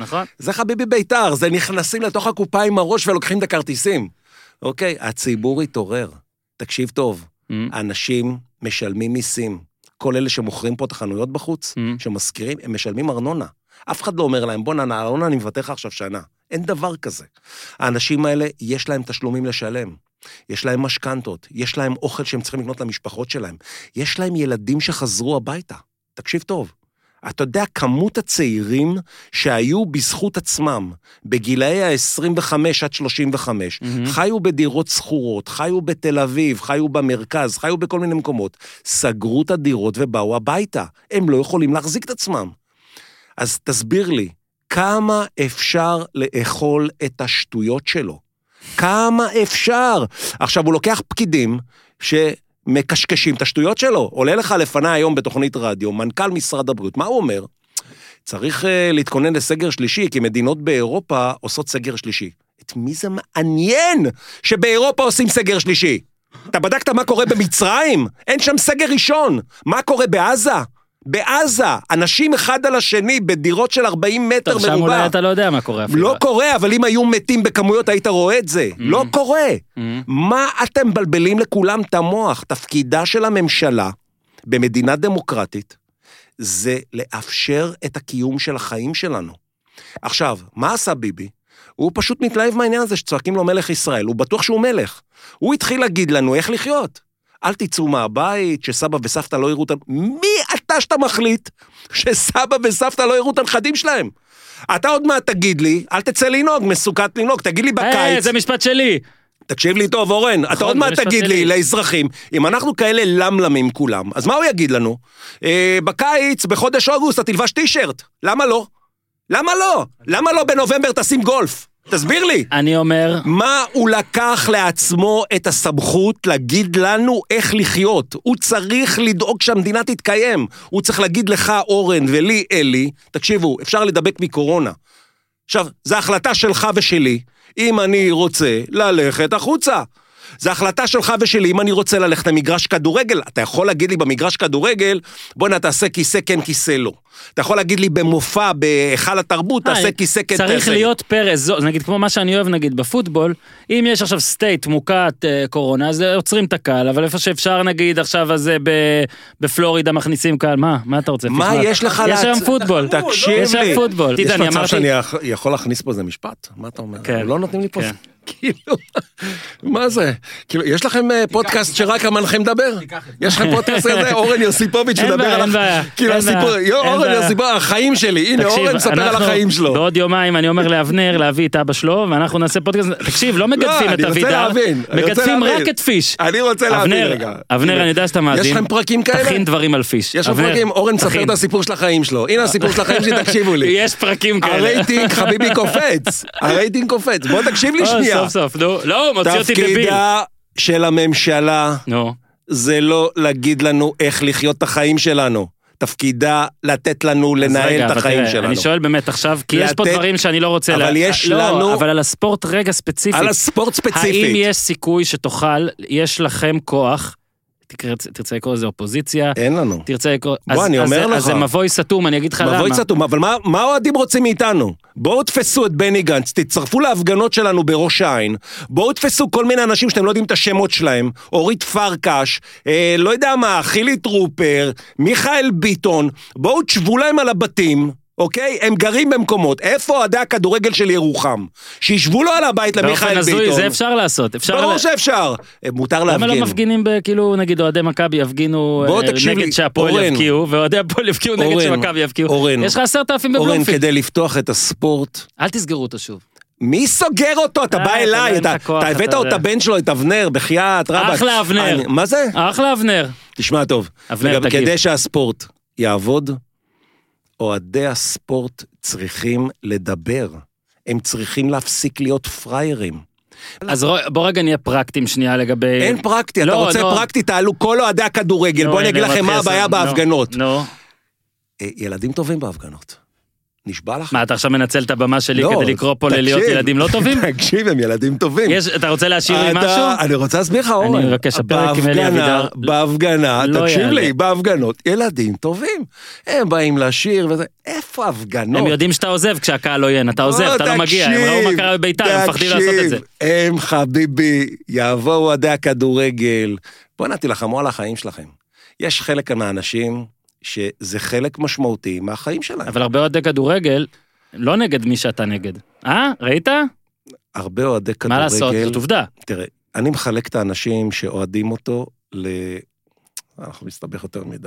זה חביבי ביתר, זה נכנסים לתוך הקופה עם הראש ולוקחים את הכרטיסים. אוקיי, הציבור התעורר. תקשיב טוב, אנשים משלמים מיסים. כל אלה שמוכרים פה את החנויות בחוץ, שמזכירים, הם משלמים ארנונה. אף אחד לא אומר להם, בוא נענה, ארנונה אני מבטח עכשיו שנה. אין דבר כזה. האנשים האלה, יש להם תשלומים לשלם. יש להם משכנתות, יש להם אוכל שהם צריכים לקנות למשפחות שלהם. יש להם ילדים שחזרו הביתה. תקשיב טוב. אתה יודע, כמות הצעירים שהיו בזכות עצמם, בגילאי ה-עשרים וחמש עד שלושים וחמש, mm-hmm. חיו בדירות סחורות, חיו בתל אביב, חיו במרכז, חיו בכל מיני מקומות, סגרו את הדירות ובאו הביתה. הם לא יכולים להחזיק את עצמם. אז תסביר לי, כמה אפשר לאכול את השטויות שלו? כמה אפשר? עכשיו, הוא לוקח פקידים ש... מקשקשים את השטויות שלו. עולה לך לפני היום בתוכנית רדיו, מנכ"ל משרד הבריאות, מה הוא אומר? צריך uh, להתכונן לסגר שלישי, כי מדינות באירופה עושות סגר שלישי. את מי זה מעניין שבאירופה עושים סגר שלישי? אתה בדקת מה קורה במצרים? אין שם סגר ראשון. מה קורה בעזה? בעזה, אנשים אחד על השני בדירות של ארבעים מטר מרובע. טוב, שם אולי אתה לא יודע מה קורה אפילו. לא קורה, אבל אם היו מתים בכמויות היית רואה את זה. לא קורה. מה אתם בלבלים לכולם את המוח? תפקידה של הממשלה במדינה דמוקרטית זה לאפשר את הקיום של החיים שלנו. עכשיו, מה עשה ביבי? הוא פשוט מתלהב מהעניין הזה שצועקים לו מלך ישראל. הוא בטוח שהוא מלך. הוא התחיל להגיד לנו איך לחיות. אל תצאו מהבית, שסבא וסבתא לא יראו אותם. מי אתה שאתה מחליט שסבא וסבתא לא יראו את הנכדים שלהם? אתה עוד מה תגיד לי, אל תצא לנהוג, מסוכת לנהוג, תגיד לי בקיץ. אה, זה משפט שלי. תקשיב לי טוב, אורן, אתה עוד מה תגיד לי לאזרחים, אם אנחנו כאלה למלמים כולם, אז מה הוא יגיד לנו? בקיץ, בחודש אוגוסט, אתה תלבש טישרט. למה לא? למה לא? למה לא בנובמבר תשים גולף? תסביר לי. אני אומר... מה הוא לקח לעצמו את הסמכות להגיד לנו איך לחיות? הוא צריך לדאוג שהמדינה תתקיים. הוא צריך להגיד לך, אורן, ולי, אלי, תקשיבו, אפשר לדבק מקורונה. עכשיו, זו החלטה שלך ושלי, אם אני רוצה ללכת החוצה. זו החלטה שלך ושלי, אם אני רוצה ללכת למגרש כדורגל, אתה יכול להגיד לי במגרש כדורגל, בוא נתעשה כיסא כן כיסא לא. אתה יכול להגיד לי במופע, בהיכל התרבות, תעשה כיסא כן תעשה. צריך להיות פר אזור, נגיד כמו מה שאני אוהב נגיד בפוטבול, אם יש עכשיו סטייט מוקת קורונה, אז עוצרים את הקהל, אבל איפה שאפשר נגיד עכשיו אז בפלורידה מכניסים קהל, מה? מה אתה רוצה? מה יש לך? יש היום פוטבול. תקשיב לי. יש היום פוטבול. יש מצב שאני יכול להכניס פה איזה משפט? מה אתה אומר? לא נותנים לי פה... כאילו, מה זה? כאילו, יש לכם פודקאסט שרק המנחם מדבר? יש לכם פודקאסט כזה, אורן יוסיפוביץ' מדבר על... אין בעיה, כאילו, הסיפור, אורן יוסיפוביץ', החיים שלי, הנה, אורן מספר על החיים שלו. בעוד יומיים אני אומר לאבנר להביא את אבא שלו, ואנחנו נעשה פודקאסט, תקשיב, לא מגדפים את אבידר, מגדפים רק את פיש. אני רוצה להבין רגע. אבנר, אני יודע שאתה מאזין. יש לכם פרקים כאלה? תכין דברים על פיש. יש לכם פרקים, אורן מספר את הסיפור של החיים שלו. הנה הסיפור של החיים שלי, תקשיבו לי. יש פרקים כאלה. הרייטינג, חביבי קופץ. הרייטינג קופץ. בוא תקשיב לי שנייה. סוף סוף, נו. לא, מוציא אותי דביל. תפקידה של הממשלה זה לא להגיד לנו איך לחיות את החיים שלנו. תפקידה לתת לנו לנהל את החיים שלנו. אני שואל באמת עכשיו, כי יש פה דברים שאני לא רוצה... אבל יש לנו... אבל על הספורט רגע ספציפית. על הספורט ספציפית. האם יש סיכוי שתוכל, יש לכם כוח... תרצה לקרוא לזה אופוזיציה. אין לנו. תרצה לקרוא... בוא, אני אומר לך. אז זה מבוי סתום, אני אגיד לך למה. מבוי סתום, אבל מה, מה האוהדים רוצים מאיתנו? בואו תפסו את בני גנץ, תצטרפו להפגנות שלנו בראש העין, בואו תפסו כל מיני אנשים שאתם לא יודעים את השמות שלהם, אורית פרקש, אה, לא יודע מה, חילי טרופר, מיכאל ביטון, בואו תשבו להם על הבתים, אוקיי? הם גרים במקומות. איפה אוהדי הכדורגל של ירוחם? שישבו לו על הבית למיכאל ביטון. זה אפשר לעשות. ברור שאפשר. מותר להפגין. למה לא מפגינים כאילו, נגיד, אוהדי מכבי יפגינו נגד שהפועל יפקיעו, ואוהדי הפועל יפקיעו נגד שמכבי יפקיעו. יש לך עשרת אלפים בבלומפילד. אורן, כדי לפתוח את הספורט. אל תסגרו אותו שוב. מי סוגר אותו? אתה בא אליי, אתה הבאת את הבן שלו, את אבנר, בחייאת, רבק. אחלה אבנר. מה זה? אחלה אבנר. תשמע טוב. כדי שהספורט יעבוד, אוהדי הספורט צריכים לדבר. הם צריכים להפסיק להיות פריירים. אז בוא רגע נהיה פרקטים שנייה לגבי... אין פרקטי, אתה רוצה פרקטי, תעלו כל אוהדי הכדורגל. בוא אני אגיד לכם מה הבעיה בהפגנות. ילדים טובים בהפגנות. נשבע לך. מה, אתה עכשיו מנצל את הבמה שלי כדי לקרוא פה ללהיות ילדים לא טובים? תקשיב, הם ילדים טובים. אתה רוצה להשאיר לי משהו? אני רוצה להסביר לך, אורן. אני מבקש, הפרק עם אלי אבידר. בהפגנה, תקשיב לי, בהפגנות, ילדים טובים. הם באים לשיר וזה, איפה הפגנות? הם יודעים שאתה עוזב כשהקהל לא יהיה, אתה עוזב, אתה לא מגיע, הם ראו מה קרה בביתר, הם מפחדים לעשות את זה. הם חביבי, יבואו עדי הכדורגל. בוא נתי לחמו על החיים שלכם. יש חלק מהאנשים שזה חלק משמעותי מהחיים שלהם. אבל הרבה אוהדי כדורגל, לא נגד מי שאתה נגד. אה? ראית? הרבה אוהדי כדורגל. מה לעשות? זאת עובדה. תראה, אני מחלק את האנשים שאוהדים אותו ל... אנחנו מסתבך יותר מדי.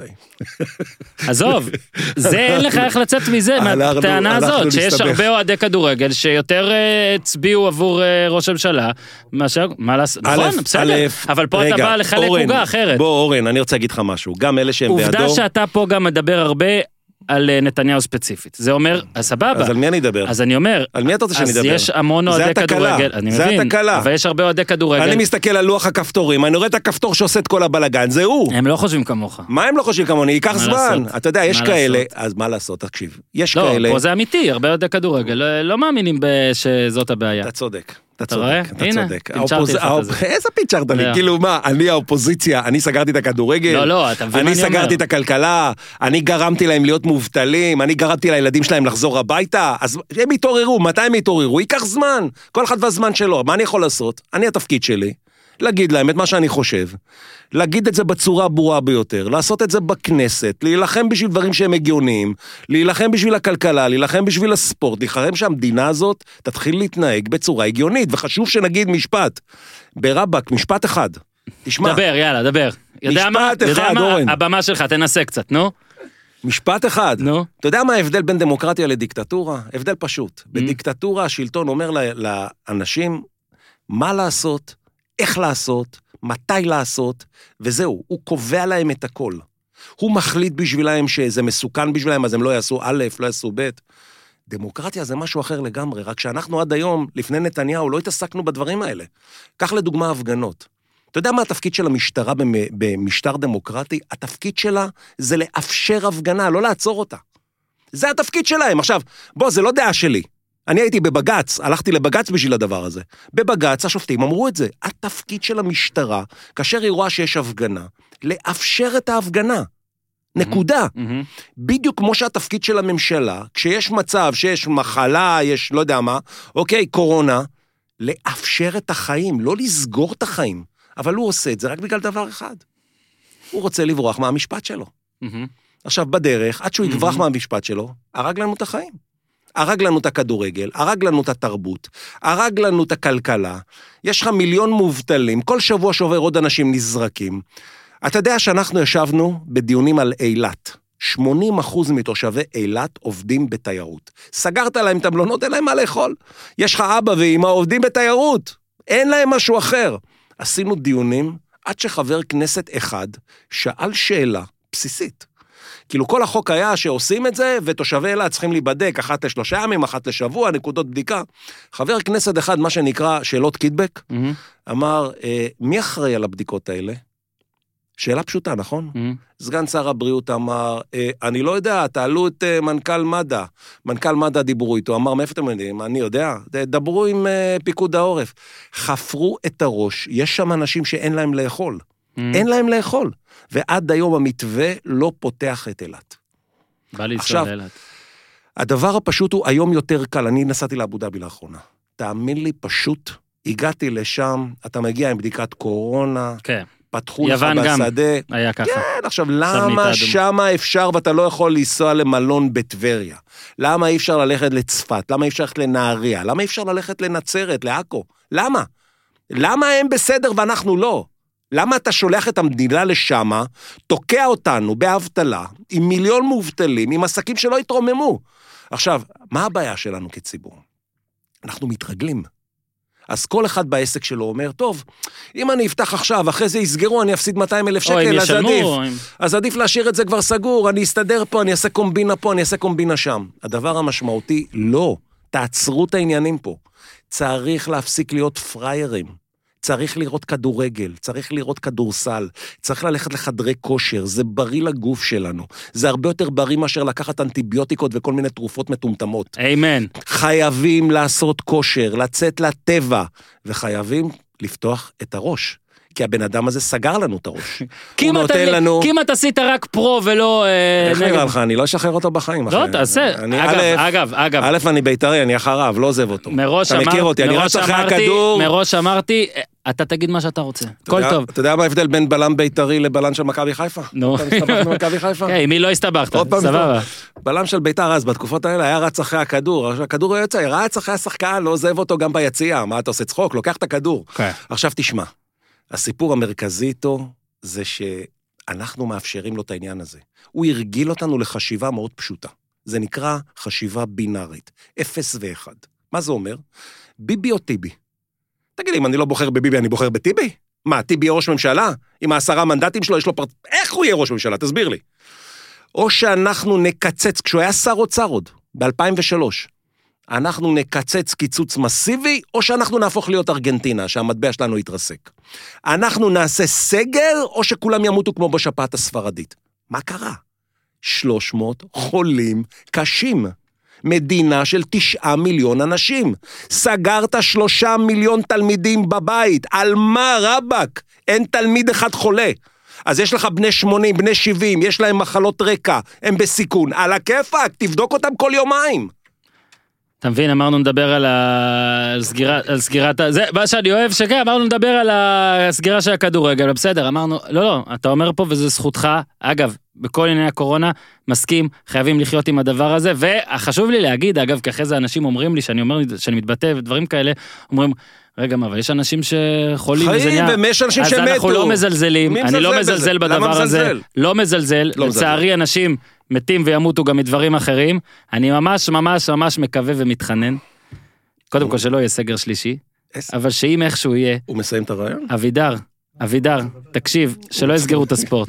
עזוב, זה אין לך איך לצאת מזה, מהטענה הזאת, שיש הרבה אוהדי כדורגל שיותר הצביעו עבור ראש הממשלה, מאשר, מה לעשות, נכון, בסדר, אבל פה אתה בא לחלק עוגה אחרת. בוא אורן, אני רוצה להגיד לך משהו, גם אלה שהם בעדו... עובדה שאתה פה גם מדבר הרבה על נתניהו ספציפית, זה אומר, אז סבבה. אז על מי אני אדבר? אז אני אומר, על מי אתה רוצה שאני אדבר? אז יש המון אוהדי כדורגל, אני מבין, אבל יש הרבה אוהדי כדורגל. אני מסתכל על לוח הכפתורים, אני רואה את הכפתור שעושה את כל הבלגן, זה הוא. הם לא חושבים כמוך. מה הם לא חושבים כמוני? ייקח זמן. אתה יודע, יש כאלה, אז מה לעשות, תקשיב. יש כאלה... לא, פה זה אמיתי, הרבה אוהדי כדורגל, לא מאמינים שזאת הבעיה. אתה צודק. אתה צודק, אתה צודק. איזה פיצ'רת לי? כאילו מה, אני האופוזיציה, אני סגרתי את הכדורגל, לא, לא, אתה מבין מה אני אומר. אני סגרתי את הכלכלה, אני גרמתי להם להיות מובטלים, אני גרמתי לילדים שלהם לחזור הביתה, אז הם יתעוררו, מתי הם יתעוררו? ייקח זמן, כל אחד והזמן שלו, מה אני יכול לעשות? אני התפקיד שלי, להגיד להם את מה שאני חושב, להגיד את זה בצורה ברורה ביותר, לעשות את זה בכנסת, להילחם בשביל דברים שהם הגיוניים, להילחם בשביל הכלכלה, להילחם בשביל הספורט, להילחם שהמדינה הזאת תתחיל להתנהג בצורה הגיונית, וחשוב שנגיד משפט, ברבק, משפט אחד, תשמע. דבר, יאללה, דבר. יודע מה, יודע מה, הבמה שלך, תנסה קצת, נו. משפט אחד. נו. אתה יודע מה ההבדל בין דמוקרטיה לדיקטטורה? הבדל פשוט. בדיקטטורה השלטון אומר לאנשים מה לעשות, איך לעשות, מתי לעשות, וזהו, הוא קובע להם את הכל. הוא מחליט בשבילהם שזה מסוכן בשבילהם, אז הם לא יעשו א', לא יעשו ב'. דמוקרטיה זה משהו אחר לגמרי, רק שאנחנו עד היום, לפני נתניהו, לא התעסקנו בדברים האלה. כך לדוגמה הפגנות. אתה יודע מה התפקיד של המשטרה במשטר דמוקרטי? התפקיד שלה זה לאפשר הפגנה, לא לעצור אותה. זה התפקיד שלהם. עכשיו, בוא, זה לא דעה שלי. אני הייתי בבגץ, הלכתי לבגץ בשביל הדבר הזה. בבגץ השופטים אמרו את זה. התפקיד של המשטרה, כאשר היא רואה שיש הפגנה, לאפשר את ההפגנה. נקודה. בדיוק כמו שהתפקיד של הממשלה, כשיש מצב שיש מחלה, יש לא יודע מה, אוקיי, קורונה, לאפשר את החיים, לא לסגור את החיים. אבל הוא עושה את זה רק בגלל דבר אחד. הוא רוצה לברוח מהמשפט שלו. עכשיו, בדרך, עד שהוא יברח מהמשפט שלו, הרג לנו את החיים. הרג לנו את הכדורגל, הרג לנו את התרבות, הרג לנו את הכלכלה. יש לך מיליון מובטלים, כל שבוע שעובר עוד אנשים נזרקים. אתה יודע שאנחנו ישבנו בדיונים על אילת. שמונים אחוז מתושבי אילת עובדים בתיירות. סגרת להם את המלונות, אין להם מה לאכול. יש לך אבא ואמא עובדים בתיירות. אין להם משהו אחר. עשינו דיונים עד שחבר כנסת אחד שאל שאלה בסיסית. כאילו כל החוק היה שעושים את זה, ותושבי אילת צריכים להיבדק אחת לשלושה ימים, אחת לשבוע, נקודות בדיקה. חבר כנסת אחד, מה שנקרא שאלות קידבק, mm-hmm. אמר, מי אחראי על הבדיקות האלה? שאלה פשוטה, נכון? Mm-hmm. סגן שר הבריאות אמר, אני לא יודע, תעלו את מנכ"ל מד"א. מנכ"ל מד"א דיברו איתו, אמר, מאיפה אתם יודעים? אני יודע, דברו עם פיקוד העורף. חפרו את הראש, יש שם אנשים שאין להם לאכול. Mm-hmm. אין להם לאכול. ועד היום המתווה לא פותח את אילת. בא לישראל לאילת. הדבר הפשוט הוא היום יותר קל, אני נסעתי לאבו דאבי לאחרונה. תאמין לי, פשוט, הגעתי לשם, אתה מגיע עם בדיקת קורונה, כן. פתחו לך בשדה. היה ככה. כן, עכשיו, למה שמה אפשר ואתה לא יכול לנסוע למלון בטבריה? למה אי אפשר ללכת לצפת? למה אי אפשר ללכת לנהריה? למה אי אפשר ללכת לנצרת, לעכו? למה? למה הם בסדר ואנחנו לא? למה אתה שולח את המדינה לשמה, תוקע אותנו באבטלה, עם מיליון מובטלים, עם עסקים שלא יתרוממו? עכשיו, מה הבעיה שלנו כציבור? אנחנו מתרגלים. אז כל אחד בעסק שלו אומר, טוב, אם אני אפתח עכשיו, אחרי זה יסגרו, אני אפסיד מאתיים אלף שקל, אז עדיף. אז עדיף להשאיר את זה כבר סגור, אני אסתדר פה, אני אעשה קומבינה פה, אני אעשה קומבינה שם. הדבר המשמעותי, לא. תעצרו את העניינים פה. צריך להפסיק להיות פריירים. צריך לראות כדורגל, צריך לראות כדורסל, צריך ללכת לחדרי כושר, זה בריא לגוף שלנו. זה הרבה יותר בריא מאשר לקחת אנטיביוטיקות וכל מיני תרופות מטומטמות. אמן. חייבים לעשות כושר, לצאת לטבע, וחייבים לפתוח את הראש. כי הבן אדם הזה סגר לנו את הראש. הוא נותן לנו... כי אם אתה עשית רק פרו ולא... איך נראה לך? אני לא אשחרר אותו בחיים. לא, תעשה. אגב, אגב, אגב. א', אני בית"רי, אני אחריו, לא עוזב אותו. מראש אמרתי, אתה מכיר אותי, אני רץ אחרי הכדור. מראש אמרתי, אתה תגיד מה שאתה רוצה. כל טוב. אתה יודע מה ההבדל בין בלם בית"רי לבלם של מכבי חיפה? נו. אתה מסתבך במכבי חיפה? כן, מי לא הסתבכת? סבבה. בלם של בית"ר אז, בתקופות האלה, היה רץ אחרי הכדור. הכדור יוצא, רץ אחרי השחקן, לא עוזב אותו גם ביציאה. מה אתה עושה צחוק? לוקח את הכדור. עכשיו תשמע. הסיפור המרכזי איתו זה שאנחנו מאפשרים לו את העניין הזה. הוא הרגיל אותנו לחשיבה מאוד פשוטה. זה נקרא חשיבה בינארית. אפס ואחד. מה זה אומר? ביבי או טיבי? תגיד לי, אם אני לא בוחר בביבי, אני בוחר בטיבי? מה, טיבי יהיה ראש ממשלה? עם העשרה מנדטים שלו, יש לו פרט... איך הוא יהיה ראש ממשלה? תסביר לי. או שאנחנו נקצץ, כשהוא היה שר אוצר עוד, ב-אלפיים ושלוש, אנחנו נקצץ קיצוץ מסיבי, או שאנחנו נהפוך להיות ארגנטינה, שהמטבע שלנו יתרסק. אנחנו נעשה סגר, או שכולם ימותו כמו בשפעת הספרדית. מה קרה? שלוש מאות חולים קשים. מדינה של תשעה מיליון אנשים. סגרת שלושה מיליון תלמידים בבית. על מה רבק? אין תלמיד אחד חולה. אז יש לך בני שמונים, בני שבעים, יש להם מחלות רקע, הם בסיכון. על הכיפק, תבדוק אותם כל יומיים. אתה מבין, אמרנו נדבר על הסגירת, על סגירת, זה מה שאני אוהב שכן, אמרנו נדבר על הסגירה של הכדורגל, בסדר, אמרנו, לא, לא, אתה אומר פה וזה זכותך, אגב, בכל ענייני הקורונה, מסכים, חייבים לחיות עם הדבר הזה, וחשוב לי להגיד, אגב, כי אחרי זה אנשים אומרים לי, שאני אומר, שאני מתבטא ודברים כאלה, אומרים, רגע, מה, אבל יש אנשים שחולים, חיים, ויש אנשים שמתו. אז אנחנו לא מזלזלים, אני לא מזלזל בדבר הזה, לא מזלזל, לצערי אנשים מתים וימותו גם מדברים אחרים, אני ממש ממש ממש מקווה ומתחנן, קודם כל שלא יהיה סגר שלישי, אבל שאם איכשהו יהיה, הוא מסיים את הרעיון? אבידר, אבידר, תקשיב, שלא יסגרו את הספורט.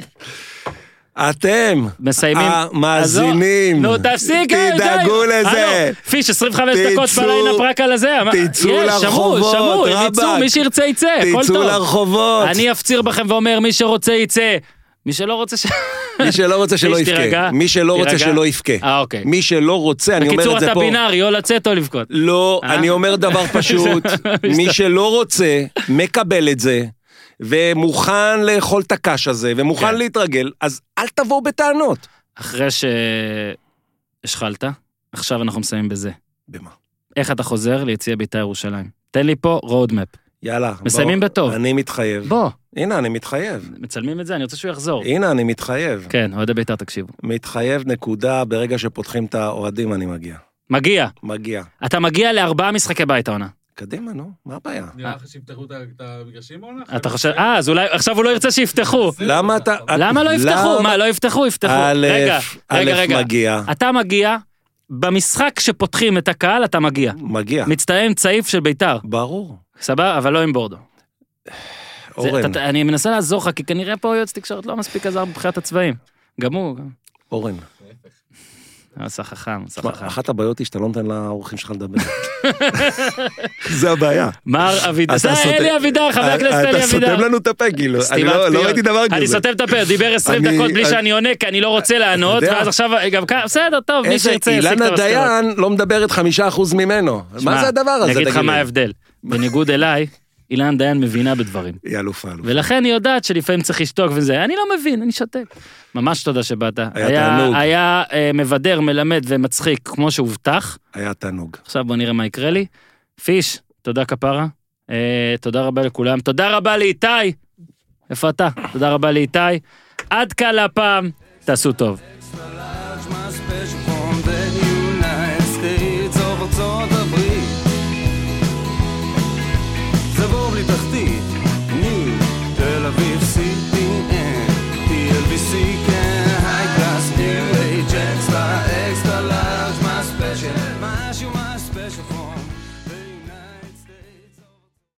אתם, מסיימים, המאזינים, נו תפסיק, תדאגו לזה, פיש עשרים וחמש דקות בליין הפרק על הזה, תצאו לרחובות, רבק, מי שירצה יצא, תצאו לרחובות, אני אפציר בכם ואומר מי שרוצה יצא, מי שלא רוצה ש... מי שלא רוצה שלא יפקה, מי שלא רוצה שלא יפקה, מי שלא רוצה, אני אומר את זה פה, בקיצור אתה בינארי, או לצאת או לבכות, לא, אני אומר דבר פשוט, מי שלא רוצה, מקבל את זה, ומוכן לאכול את הקש הזה, ומוכן כן. להתרגל, אז אל תבואו בטענות. אחרי שהשחלת, עכשיו אנחנו מסיימים בזה. במה? איך אתה חוזר ליציע בית"ר ירושלים? תן לי פה רודמפ. יאללה. מסיימים בוא, בטוב. אני מתחייב. בוא. הנה, אני מתחייב. מצלמים את זה, אני רוצה שהוא יחזור. הנה, אני מתחייב. כן, אוהדי בית"ר תקשיבו. מתחייב נקודה, ברגע שפותחים את האוהדים אני מגיע. מגיע? מגיע. אתה מגיע לארבעה משחקי בית העונה. קדימה, נו, מה הבעיה? נראה לך שיפתחו את המגרשים עונה? אתה חושב, אה, אז אולי, עכשיו הוא לא ירצה שיפתחו. למה אתה... למה לא יפתחו? מה, לא יפתחו? יפתחו. רגע, רגע, רגע. מגיע. אתה מגיע, במשחק שפותחים את הקהל, אתה מגיע. מגיע. מצטער עם צעיף של בית"ר. ברור. סבבה, אבל לא עם בורדו. אורן. אני מנסה לעזור לך, כי כנראה פה יועץ תקשורת לא מספיק עזר בבחירת הצבעים. גם הוא. אורן. עשה חכם, עשה חכם. אחת הבעיות היא שאתה לא נותן לאורחים שלך לדבר. זה הבעיה. מר אבידר, זה אלי אבידר, חבר הכנסת אלי אבידר. אתה סותם לנו את הפה, כאילו. אני לא ראיתי דבר כזה. אני סותם את הפה, דיבר עשרים דקות בלי שאני עונה, כי אני לא רוצה לענות, ואז עכשיו גם ככה, בסדר, טוב, מי שירצה. אילנה דיין לא מדברת חמישה אחוז ממנו. מה זה הדבר הזה? אני אגיד לך מה ההבדל. בניגוד אליי, אילנה דיין מבינה בדברים. היא אלופה, אלופה. ולכן היא יודעת שלפעמים צריך לשתוק וזה. אני לא מבין, אני שותק. ממש תודה שבאת. היה תענוג. היה מבדר, מלמד ומצחיק כמו שהובטח. היה תענוג. עכשיו בוא נראה מה יקרה לי. פיש, תודה כפרה. תודה רבה לכולם. תודה רבה לאיתי. איפה אתה? תודה רבה לאיתי. עד כאן לפעם. תעשו טוב. זה בור בלי תחתית